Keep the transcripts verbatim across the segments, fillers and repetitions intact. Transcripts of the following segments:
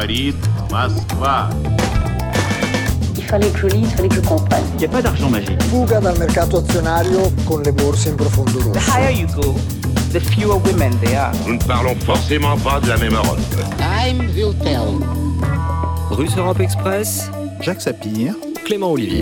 Говорит Москва. Il fallait que je lise, il fallait que je comprenne. Il n'y a pas d'argent magique. Fuga dal mercato azionario con le borse in profondo rosso. The higher you go, the fewer women there are. Nous ne parlons forcément pas de la même Europe. Time will tell. Russe Europe Express, Jacques Sapir, Clément Olivier.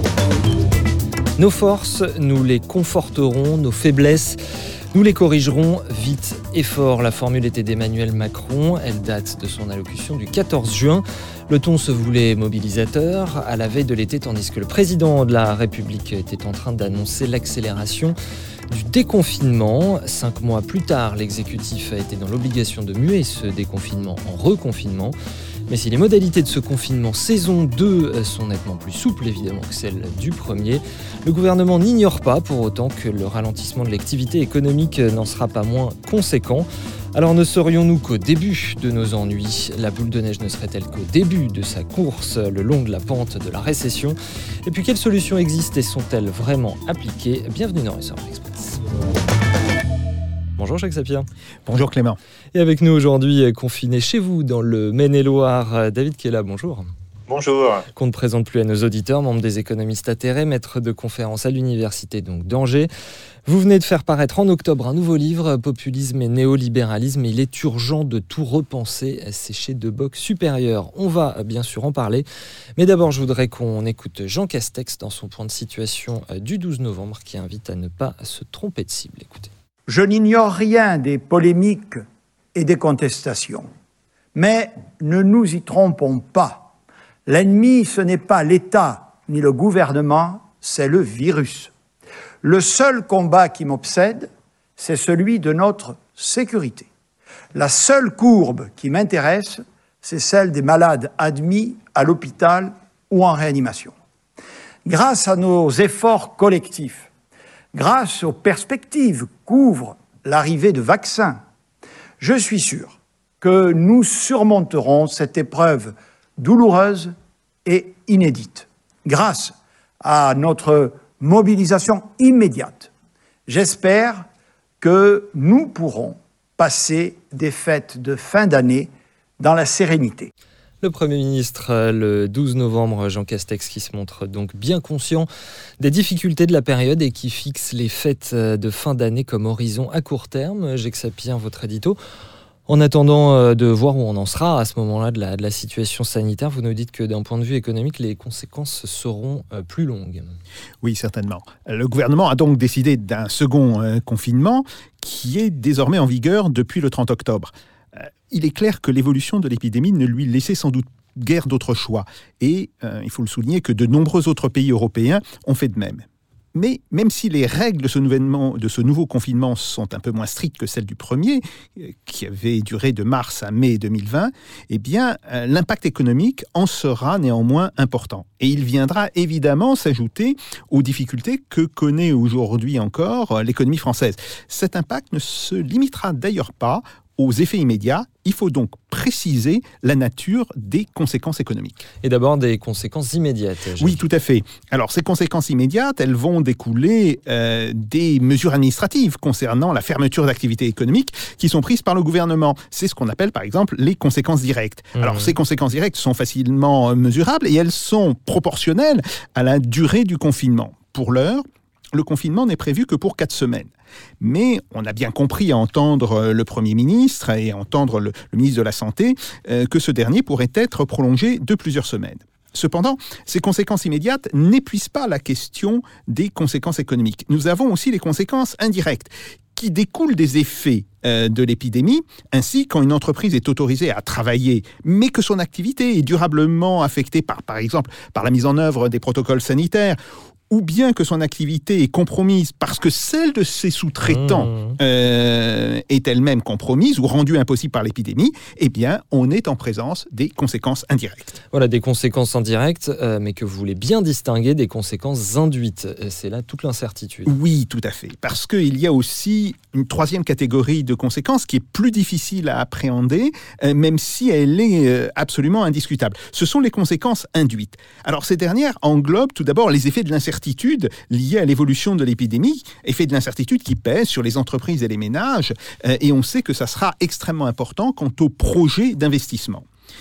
Nos forces, nous les conforterons, nos faiblesses, nous les corrigerons vite et fort. La formule était d'Emmanuel Macron, elle date de son allocution du quatorze juin. Le ton se voulait mobilisateur à la veille de l'été, tandis que le président de la République était en train d'annoncer l'accélération du déconfinement. Cinq mois plus tard, l'exécutif a été dans l'obligation de muer ce déconfinement en reconfinement. Mais si les modalités de ce confinement saison deux sont nettement plus souples évidemment que celles du premier, le gouvernement n'ignore pas pour autant que le ralentissement de l'activité économique n'en sera pas moins conséquent. Alors ne serions-nous qu'au début de nos ennuis ? La boule de neige ne serait-elle qu'au début de sa course le long de la pente de la récession ? Et puis quelles solutions existent et sont-elles vraiment appliquées ? Bienvenue dans Russe Europe Express. Bonjour Jacques Sapir. Bonjour Clément. Et avec nous aujourd'hui, confiné chez vous dans le Maine-et-Loire, David Kella, bonjour. Bonjour. Qu'on ne présente plus à nos auditeurs, membre des économistes atterrés, maître de conférences à l'université donc d'Angers. Vous venez de faire paraître en octobre un nouveau livre, Populisme et néolibéralisme. Il est urgent de tout repenser, c'est chez Deboc Supérieur. On va bien sûr en parler, mais d'abord je voudrais qu'on écoute Jean Castex dans son point de situation du douze novembre qui invite à ne pas se tromper de cible. Écoutez. Je n'ignore rien des polémiques et des contestations, mais ne nous y trompons pas. L'ennemi, ce n'est pas l'État ni le gouvernement, c'est le virus. Le seul combat qui m'obsède, c'est celui de notre sécurité. La seule courbe qui m'intéresse, c'est celle des malades admis à l'hôpital ou en réanimation. Grâce à nos efforts collectifs, grâce aux perspectives qu'ouvre l'arrivée de vaccins, je suis sûr que nous surmonterons cette épreuve douloureuse et inédite. Grâce à notre mobilisation immédiate, j'espère que nous pourrons passer des fêtes de fin d'année dans la sérénité. Le Premier ministre, le douze novembre, Jean Castex, qui se montre donc bien conscient des difficultés de la période et qui fixe les fêtes de fin d'année comme horizon à court terme. Jacques Sapir, votre édito. En attendant de voir où on en sera à ce moment-là de la, de la situation sanitaire, vous nous dites que d'un point de vue économique, les conséquences seront plus longues. Oui, certainement. Le gouvernement a donc décidé d'un second euh, confinement qui est désormais en vigueur depuis le trente octobre. Il est clair que l'évolution de l'épidémie ne lui laissait sans doute guère d'autre choix. Et euh, il faut le souligner que de nombreux autres pays européens ont fait de même. Mais même si les règles de ce, de ce nouveau confinement sont un peu moins strictes que celles du premier, qui avait duré de mars à mai deux mille vingt, eh bien, euh, l'impact économique en sera néanmoins important. Et il viendra évidemment s'ajouter aux difficultés que connaît aujourd'hui encore l'économie française. Cet impact ne se limitera d'ailleurs pas aux effets immédiats. Il faut donc préciser la nature des conséquences économiques. Et d'abord des conséquences immédiates. Oui, tout à fait. Alors, ces conséquences immédiates, elles vont découler euh, des mesures administratives concernant la fermeture d'activités économiques qui sont prises par le gouvernement. C'est ce qu'on appelle, par exemple, les conséquences directes. Mmh. Alors, ces conséquences directes sont facilement mesurables et elles sont proportionnelles à la durée du confinement. Pour l'heure, le confinement n'est prévu que pour quatre semaines. Mais on a bien compris à entendre le Premier ministre et à entendre le, le ministre de la Santé euh, que ce dernier pourrait être prolongé de plusieurs semaines. Cependant, ces conséquences immédiates n'épuisent pas la question des conséquences économiques. Nous avons aussi les conséquences indirectes qui découlent des effets euh, de l'épidémie. Ainsi, quand une entreprise est autorisée à travailler, mais que son activité est durablement affectée par, par exemple, par la mise en œuvre des protocoles sanitaires, ou bien que son activité est compromise parce que celle de ses sous-traitants mmh. euh, est elle-même compromise ou rendue impossible par l'épidémie, eh bien, on est en présence des conséquences indirectes. Voilà, des conséquences indirectes, euh, mais que vous voulez bien distinguer des conséquences induites. C'est là toute l'incertitude. Oui, tout à fait. Parce qu'il y a aussi une troisième catégorie de conséquences qui est plus difficile à appréhender, euh, même si elle est euh, absolument indiscutable. Ce sont les conséquences induites. Alors, ces dernières englobent tout d'abord les effets de l'incertitude liées à l'évolution de l'épidémie, effet de l'incertitude qui pèse sur les entreprises et les ménages, euh, et on sait que ça sera extrêmement important quant au projet d'investissement.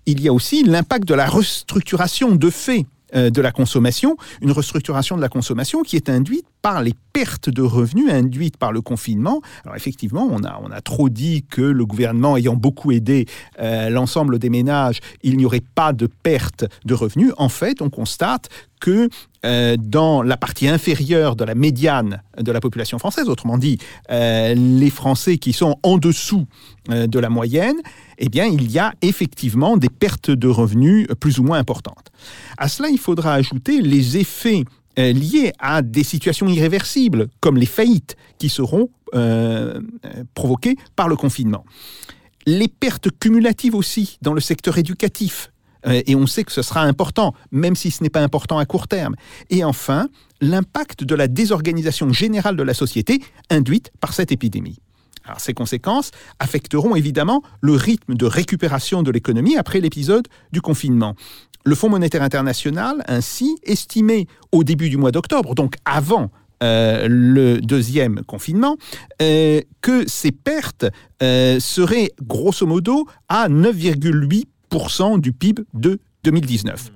il y a aussi l'impact de la restructuration de fait euh, de la consommation, une restructuration de la consommation qui est induite par les pertes de revenus induites par le confinement. Alors effectivement, on a, on a trop dit que le gouvernement ayant beaucoup aidé euh, l'ensemble des ménages, il n'y aurait pas de perte de revenus. En fait, on constate que euh, dans la partie inférieure de la médiane de la population française, autrement dit, euh, les Français qui sont en dessous euh, de la moyenne, eh bien, il y a effectivement des pertes de revenus plus ou moins importantes. À cela, il faudra ajouter les effets euh, liés à des situations irréversibles, comme les faillites qui seront euh, provoquées par le confinement. Les pertes cumulatives aussi dans le secteur éducatif. Et on sait que ce sera important, même si ce n'est pas important à court terme. Et enfin, l'impact de la désorganisation générale de la société induite par cette épidémie. Alors, ces conséquences affecteront évidemment le rythme de récupération de l'économie après l'épisode du confinement. Le Fonds monétaire international, ainsi, estimait au début du mois d'octobre, donc avant Euh, le deuxième confinement, euh, que ces pertes euh, seraient grosso modo à neuf virgule huit pour cent du P I B de deux mille dix-neuf.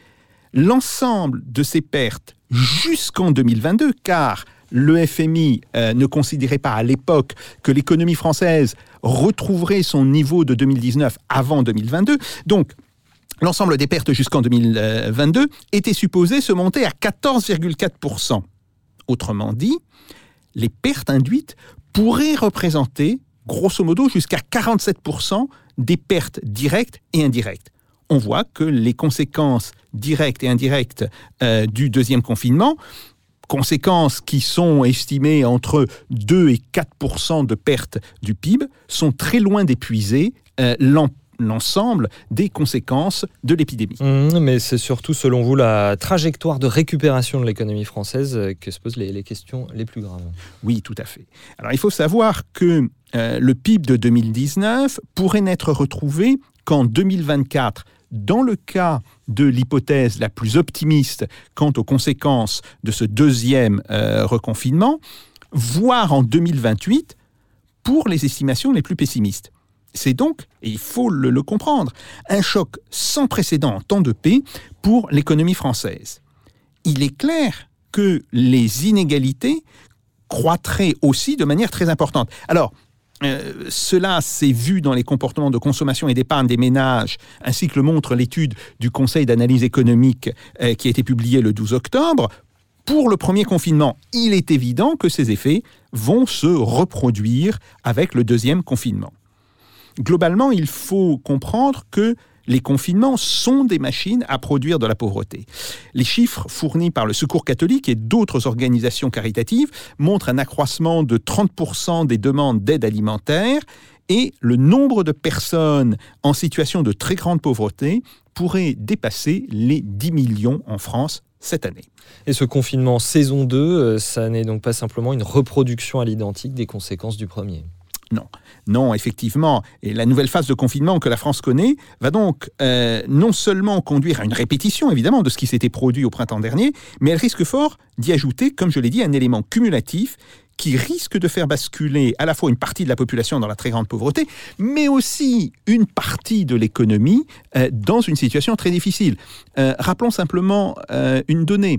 L'ensemble de ces pertes jusqu'en deux mille vingt-deux, car le F M I euh, ne considérait pas à l'époque que l'économie française retrouverait son niveau de deux mille dix-neuf avant deux mille vingt-deux, donc l'ensemble des pertes jusqu'en deux mille vingt-deux était supposé se monter à quatorze virgule quatre pour cent. Autrement dit, les pertes induites pourraient représenter, grosso modo, jusqu'à quarante-sept pour cent des pertes directes et indirectes. On voit que les conséquences directes et indirectes euh, du deuxième confinement, conséquences qui sont estimées entre deux et quatre pour cent de pertes du P I B, sont très loin d'épuiser euh, l'emploi l'ensemble des conséquences de l'épidémie. Mmh, mais c'est surtout, selon vous, la trajectoire de récupération de l'économie française que se posent les, les questions les plus graves. Oui, tout à fait. Alors, il faut savoir que euh, le P I B de deux mille dix-neuf pourrait n'être retrouvé qu'en deux mille vingt-quatre, dans le cas de l'hypothèse la plus optimiste quant aux conséquences de ce deuxième euh, reconfinement, voire en deux mille vingt-huit pour les estimations les plus pessimistes. C'est donc, et il faut le, le comprendre, un choc sans précédent en temps de paix pour l'économie française. Il est clair que les inégalités croîtraient aussi de manière très importante. Alors, euh, cela s'est vu dans les comportements de consommation et d'épargne des ménages, ainsi que le montre l'étude du Conseil d'analyse économique euh, qui a été publiée le douze octobre. Pour le premier confinement, il est évident que ces effets vont se reproduire avec le deuxième confinement. Globalement, il faut comprendre que les confinements sont des machines à produire de la pauvreté. Les chiffres fournis par le Secours catholique et d'autres organisations caritatives montrent un accroissement de trente pour cent des demandes d'aide alimentaire et le nombre de personnes en situation de très grande pauvreté pourrait dépasser les dix millions en France cette année. Et ce confinement saison deux, ça n'est donc pas simplement une reproduction à l'identique des conséquences du premier ? Non, non, effectivement. Et la nouvelle phase de confinement que la France connaît va donc euh, non seulement conduire à une répétition, évidemment, de ce qui s'était produit au printemps dernier, mais elle risque fort d'y ajouter, comme je l'ai dit, un élément cumulatif qui risque de faire basculer à la fois une partie de la population dans la très grande pauvreté, mais aussi une partie de l'économie euh, dans une situation très difficile. Euh, rappelons simplement euh, une donnée.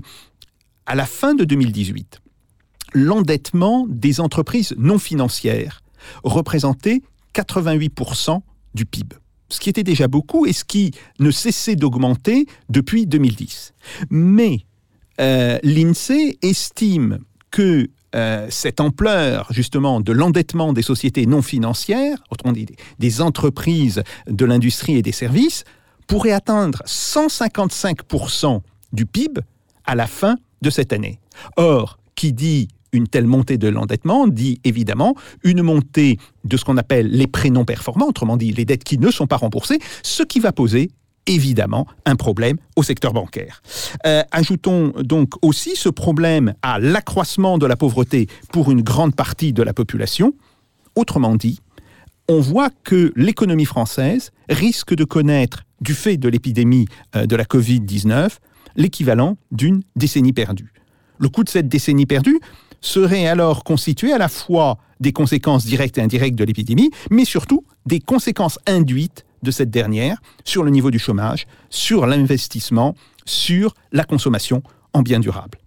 À la fin de deux mille dix-huit, l'endettement des entreprises non financières représentait quatre-vingt-huit pour cent du P I B, ce qui était déjà beaucoup et ce qui ne cessait d'augmenter depuis deux mille dix. Mais euh, l'INSEE estime que euh, cette ampleur, justement, de l'endettement des sociétés non financières, autrement dit des entreprises de l'industrie et des services, pourrait atteindre cent cinquante-cinq pour cent du P I B à la fin de cette année. Or, qui dit une telle montée de l'endettement dit évidemment une montée de ce qu'on appelle les prêts non performants, autrement dit les dettes qui ne sont pas remboursées, ce qui va poser évidemment un problème au secteur bancaire. Euh, ajoutons donc aussi ce problème à l'accroissement de la pauvreté pour une grande partie de la population. Autrement dit, on voit que l'économie française risque de connaître, du fait de l'épidémie de la covid dix-neuf, l'équivalent d'une décennie perdue. Le coût de cette décennie perdue serait alors constitué à la fois des conséquences directes et indirectes de l'épidémie, mais surtout des conséquences induites de cette dernière sur le niveau du chômage, sur l'investissement, sur la consommation en biens durables.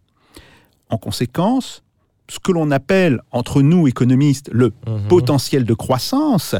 En conséquence, ce que l'on appelle, entre nous économistes, le mmh. potentiel de croissance,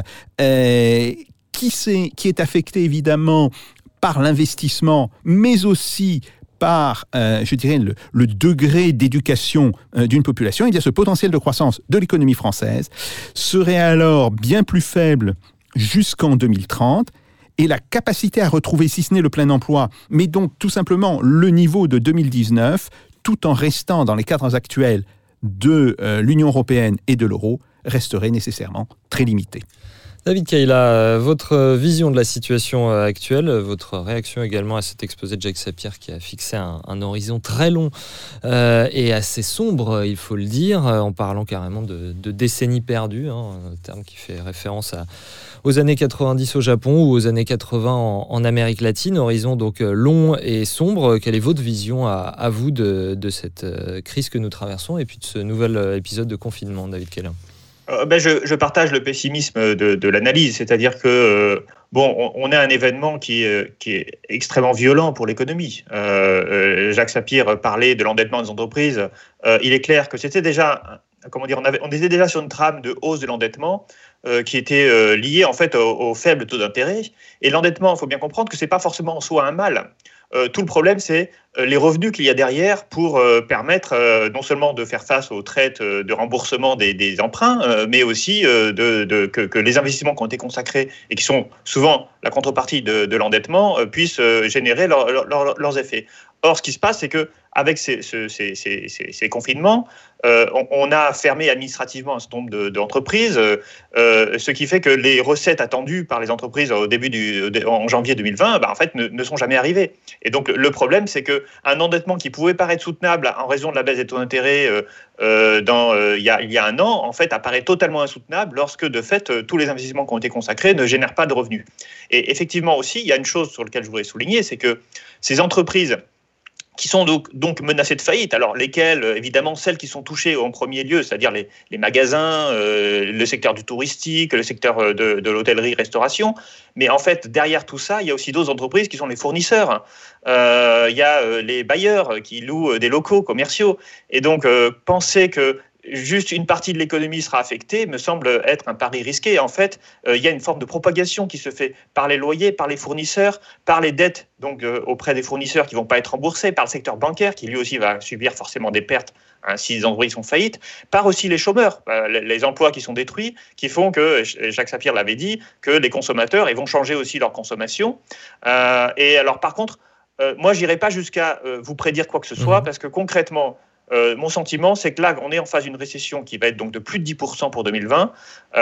euh, qui, qui est affecté évidemment par l'investissement, mais aussi par, euh, je dirais, le, le degré d'éducation euh, d'une population, eh bien, ce potentiel de croissance de l'économie française serait alors bien plus faible jusqu'en deux mille trente, et la capacité à retrouver, si ce n'est le plein emploi, mais donc tout simplement le niveau de deux mille dix-neuf, tout en restant dans les cadres actuels de euh, l'Union européenne et de l'euro, resterait nécessairement très limitée. David Kayla, votre vision de la situation actuelle, votre réaction également à cet exposé de Jacques Sapir qui a fixé un, un horizon très long euh, et assez sombre, il faut le dire, en parlant carrément de, de décennies perdues, hein, un terme qui fait référence à, aux années quatre-vingt-dix au Japon ou aux années quatre-vingts en, en Amérique latine. Horizon donc long et sombre. Quelle est votre vision à, à vous de, de cette crise que nous traversons et puis de ce nouvel épisode de confinement, David Kayla ? Euh, ben je, je partage le pessimisme de, de l'analyse, c'est-à-dire que euh, bon, on, on a un événement qui, euh, qui est extrêmement violent pour l'économie. Euh, euh, Jacques Sapir parlait de l'endettement des entreprises. Euh, il est clair que c'était déjà, comment dire, on, avait, on était déjà sur une trame de hausse de l'endettement euh, qui était euh, liée en fait au, au faible taux d'intérêt. Et l'endettement, il faut bien comprendre que c'est pas forcément en soi un mal. Euh, tout le problème, c'est euh, les revenus qu'il y a derrière pour euh, permettre euh, non seulement de faire face aux traites euh, de remboursement des, des emprunts, euh, mais aussi euh, de, de, que, que les investissements qui ont été consacrés et qui sont souvent la contrepartie de, de l'endettement euh, puissent euh, générer leur, leur, leur, leurs effets. Or, ce qui se passe, c'est qu'avec ces, ces, ces, ces, ces confinements, euh, on, on a fermé administrativement un certain nombre de, d'entreprises, euh, ce qui fait que les recettes attendues par les entreprises au début du, en janvier deux mille vingt, bah, en fait, ne, ne sont jamais arrivées. Et donc, le problème, c'est qu'un endettement qui pouvait paraître soutenable en raison de la baisse des taux d'intérêt euh, euh, dans, euh, il, y a, il y a un an, en fait, apparaît totalement insoutenable lorsque, de fait, euh, tous les investissements qui ont été consacrés ne génèrent pas de revenus. Et effectivement aussi, il y a une chose sur laquelle je voudrais souligner, c'est que ces entreprises qui sont donc, donc menacées de faillite. Alors, lesquelles, évidemment, celles qui sont touchées en premier lieu, c'est-à-dire les, les magasins, euh, le secteur du touristique, le secteur de, de l'hôtellerie-restauration. Mais en fait, derrière tout ça, il y a aussi d'autres entreprises qui sont les fournisseurs. Euh, il y a euh, les bailleurs qui louent des locaux commerciaux. Et donc, euh, penser que juste une partie de l'économie sera affectée me semble être un pari risqué. En fait, euh, il y a une forme de propagation qui se fait par les loyers, par les fournisseurs, par les dettes donc, euh, auprès des fournisseurs qui ne vont pas être remboursés, par le secteur bancaire qui lui aussi va subir forcément des pertes hein, si les entreprises sont faillites, par aussi les chômeurs, euh, les, les emplois qui sont détruits, qui font que, Jacques Sapir l'avait dit, que les consommateurs ils vont changer aussi leur consommation. Euh, et alors par contre, euh, moi je n'irai pas jusqu'à euh, vous prédire quoi que ce soit, mmh. parce que concrètement, Euh, mon sentiment, c'est que là, on est en phase d'une récession qui va être donc de plus de dix pour cent pour deux mille vingt.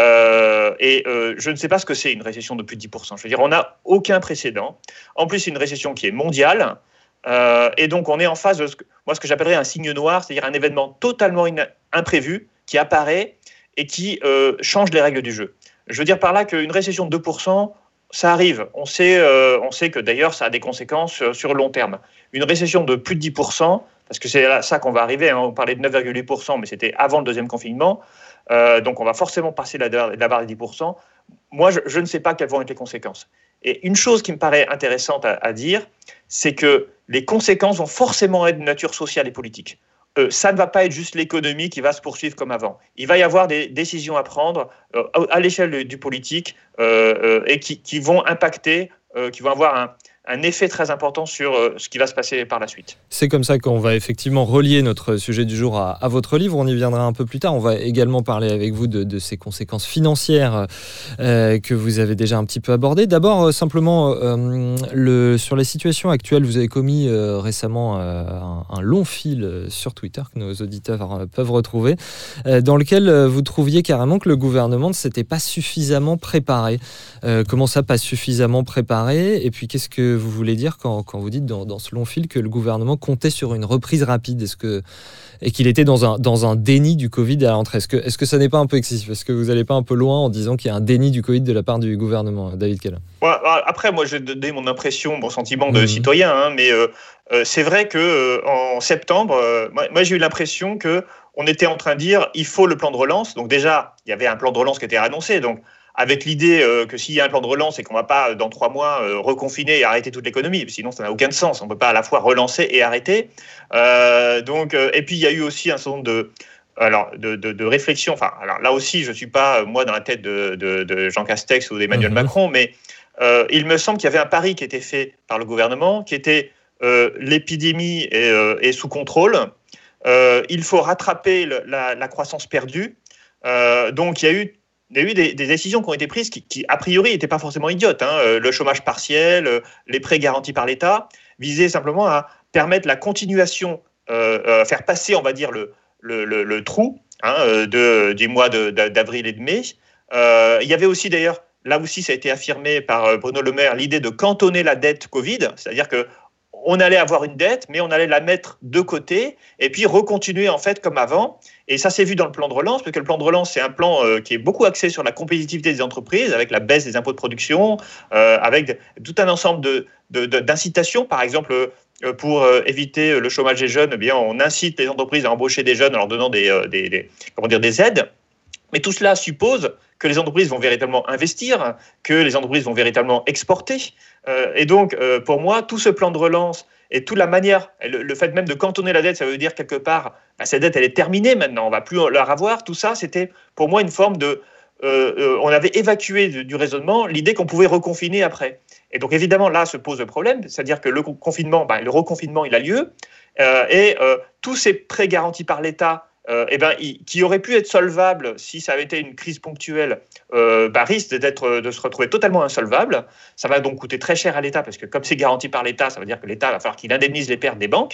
Euh, et euh, je ne sais pas ce que c'est une récession de plus de dix pour cent. Je veux dire, on n'a aucun précédent. En plus, c'est une récession qui est mondiale. Euh, et donc, on est en phase de ce que, moi, ce que j'appellerais un signe noir, c'est-à-dire un événement totalement in- imprévu qui apparaît et qui euh, change les règles du jeu. Je veux dire par là qu'une récession de deux pour cent, ça arrive. On sait, euh, on sait que d'ailleurs, ça a des conséquences sur, sur le long terme. Une récession de plus de dix pour cent, parce que c'est à ça qu'on va arriver, hein. On parlait de neuf virgule huit pour cent, mais c'était avant le deuxième confinement, euh, donc on va forcément passer la, la barre des dix pour cent. Moi, je, je ne sais pas quelles vont être les conséquences. Et une chose qui me paraît intéressante à, à dire, c'est que les conséquences vont forcément être de nature sociale et politique. Euh, ça ne va pas être juste l'économie qui va se poursuivre comme avant. Il va y avoir des décisions à prendre euh, à l'échelle du politique euh, euh, et qui, qui vont impacter, euh, qui vont avoir un... un effet très important sur euh, ce qui va se passer par la suite. C'est comme ça qu'on va effectivement relier notre sujet du jour à, à votre livre. On y viendra un peu plus tard. On va également parler avec vous de, de ces conséquences financières euh, que vous avez déjà un petit peu abordées. D'abord, euh, simplement, euh, le, sur la situation actuelle, vous avez commis euh, récemment euh, un, un long fil sur Twitter que nos auditeurs euh, peuvent retrouver, euh, dans lequel euh, vous trouviez carrément que le gouvernement ne s'était pas suffisamment préparé. Euh, comment ça, pas suffisamment préparé ? Et puis, qu'est-ce que vous voulez dire quand, quand vous dites dans, dans ce long fil que le gouvernement comptait sur une reprise rapide, est-ce que, et qu'il était dans un, dans un déni du Covid à l'entrée? Est-ce que, est-ce que ça n'est pas un peu excessif? Est-ce que vous n'allez pas un peu loin en disant qu'il y a un déni du Covid de la part du gouvernement, David Kayla? Ouais, après, moi, je vais donner mon impression, mon sentiment de mmh. citoyen, hein, mais euh, euh, c'est vrai qu'en euh, septembre, euh, moi, moi j'ai eu l'impression qu'on était en train de dire il faut le plan de relance. Donc déjà, il y avait un plan de relance qui était annoncé, donc avec l'idée euh, que s'il y a un plan de relance et qu'on ne va pas, dans trois mois, euh, reconfiner et arrêter toute l'économie, sinon ça n'a aucun sens. On ne peut pas à la fois relancer et arrêter. Euh, donc, euh, et puis, il y a eu aussi un certain nombre de, alors, de, de, de réflexions. Enfin, alors, là aussi, je ne suis pas, moi, dans la tête de, de, de Jean Castex ou d'Emmanuel mmh. Macron, mais euh, il me semble qu'il y avait un pari qui était fait par le gouvernement, qui était euh, l'épidémie est, euh, est sous contrôle. Euh, il faut rattraper le, la, la croissance perdue. Euh, donc, il y a eu, il y a eu des, des décisions qui ont été prises qui, qui a priori, n'étaient pas forcément idiotes. Hein. Le chômage partiel, les prêts garantis par l'État, visaient simplement à permettre la continuation, euh, à faire passer, on va dire, le, le, le, le trou hein, de, du mois de, d'avril et de mai. Euh, il y avait aussi, d'ailleurs, là aussi, ça a été affirmé par Bruno Le Maire, l'idée de cantonner la dette Covid, c'est-à-dire que on allait avoir une dette, mais on allait la mettre de côté et puis recontinuer en fait comme avant. Et ça s'est vu dans le plan de relance, parce que le plan de relance, c'est un plan euh, qui est beaucoup axé sur la compétitivité des entreprises, avec la baisse des impôts de production, euh, avec de, tout un ensemble de, de, de, d'incitations. Par exemple, euh, pour euh, éviter le chômage des jeunes, eh bien, on incite les entreprises à embaucher des jeunes en leur donnant des, euh, des, des, comment dire, des aides. Mais tout cela suppose que les entreprises vont véritablement investir, que les entreprises vont véritablement exporter. Euh, et donc, euh, pour moi, tout ce plan de relance et toute la manière, le, le fait même de cantonner la dette, ça veut dire quelque part, bah, cette dette, elle est terminée maintenant, on ne va plus la revoir. Tout ça, c'était pour moi une forme de... Euh, euh, on avait évacué du, du raisonnement l'idée qu'on pouvait reconfiner après. Et donc, évidemment, là se pose le problème, c'est-à-dire que le confinement, bah, le reconfinement, il a lieu, euh, et euh, tous ces prêts garantis par l'État, Euh, eh ben, il, qui aurait pu être solvable si ça avait été une crise ponctuelle, euh, bah, risque d'être, de se retrouver totalement insolvable. Ça va donc coûter très cher à l'État, parce que comme c'est garanti par l'État, ça veut dire que l'État va falloir qu'il indemnise les pertes des banques.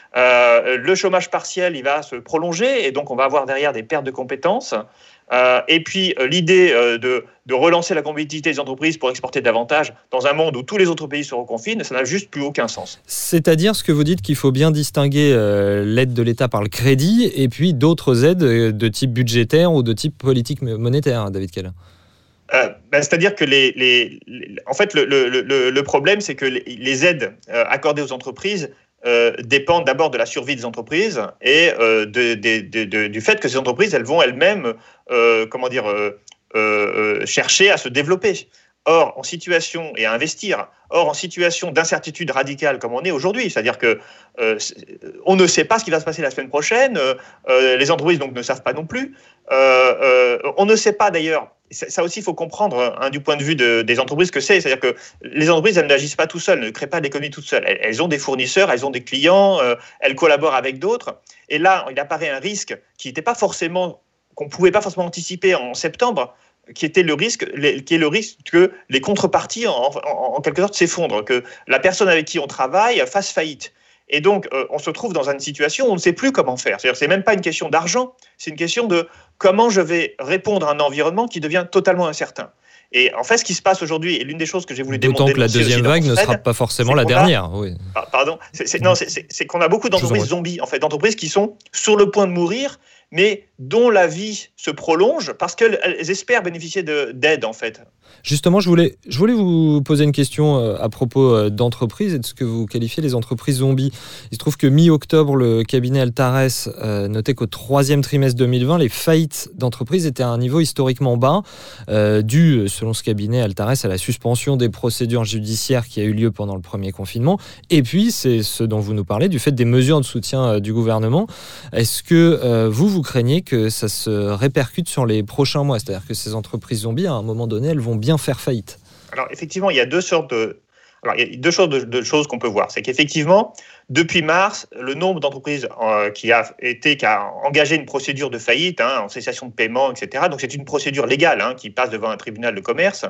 Euh, le chômage partiel, il va se prolonger, et donc on va avoir derrière des pertes de compétences. Euh, et puis euh, l'idée euh, de, de relancer la compétitivité des entreprises pour exporter davantage dans un monde où tous les autres pays se reconfinent, ça n'a juste plus aucun sens. C'est-à-dire ce que vous dites qu'il faut bien distinguer euh, l'aide de l'État par le crédit et puis d'autres aides de type budgétaire ou de type politique monétaire, David Kell. Euh, ben, c'est-à-dire que les, les, les, en fait, le, le, le, le problème, c'est que les, les aides euh, accordées aux entreprises Euh, dépendent d'abord de la survie des entreprises et euh, de, de, de, de, du fait que ces entreprises, elles vont elles-mêmes euh, comment dire, euh, euh, chercher à se développer. Or, en situation, et à investir, or en situation d'incertitude radicale comme on est aujourd'hui, c'est-à-dire que euh, on ne sait pas ce qui va se passer la semaine prochaine, euh, les entreprises donc ne savent pas non plus, euh, euh, on ne sait pas d'ailleurs. Ça aussi, il faut comprendre hein, du point de vue de, des entreprises que c'est. C'est-à-dire que les entreprises, elles n'agissent pas tout seules, ne créent pas d'économie toutes seules. Elles, elles ont des fournisseurs, elles ont des clients, euh, elles collaborent avec d'autres. Et là, il apparaît un risque qui n'était pas forcément, qu'on ne pouvait pas forcément anticiper en septembre, qui était le risque, les, qui est le risque que les contreparties, en, en, en quelque sorte, s'effondrent, que la personne avec qui on travaille fasse faillite. Et donc, euh, on se trouve dans une situation où on ne sait plus comment faire. C'est-à-dire, c'est même pas une question d'argent, c'est une question de comment je vais répondre à un environnement qui devient totalement incertain. Et en fait, ce qui se passe aujourd'hui, et l'une des choses que j'ai voulu démontrer... D'autant que la deuxième vague ne sera pas forcément la dernière. A, oui. Pardon, c'est, c'est, non, c'est, c'est, c'est qu'on a beaucoup d'entreprises zombies, en fait, d'entreprises qui sont sur le point de mourir, mais dont la vie se prolonge parce qu'elles espèrent bénéficier de, d'aide, en fait. Justement, je voulais, je voulais vous poser une question à propos d'entreprises et de ce que vous qualifiez les entreprises zombies. Il se trouve que mi-octobre, le cabinet Altares euh, notait qu'au troisième trimestre deux mille vingt, les faillites d'entreprises étaient à un niveau historiquement bas, euh, dû, selon ce cabinet Altares, à la suspension des procédures judiciaires qui a eu lieu pendant le premier confinement. Et puis, c'est ce dont vous nous parlez, du fait des mesures de soutien euh, du gouvernement. Est-ce que euh, vous, vous craignez que ça se répercute sur les prochains mois ? C'est-à-dire que ces entreprises zombies, à un moment donné, elles vont bien faire faillite. Alors effectivement, il y a deux sortes de, alors, il y a deux sortes de, de choses qu'on peut voir. C'est qu'effectivement, depuis mars, le nombre d'entreprises euh, qui a été, qui a engagé une procédure de faillite, hein, en cessation de paiement, et cetera. Donc c'est une procédure légale hein, qui passe devant un tribunal de commerce.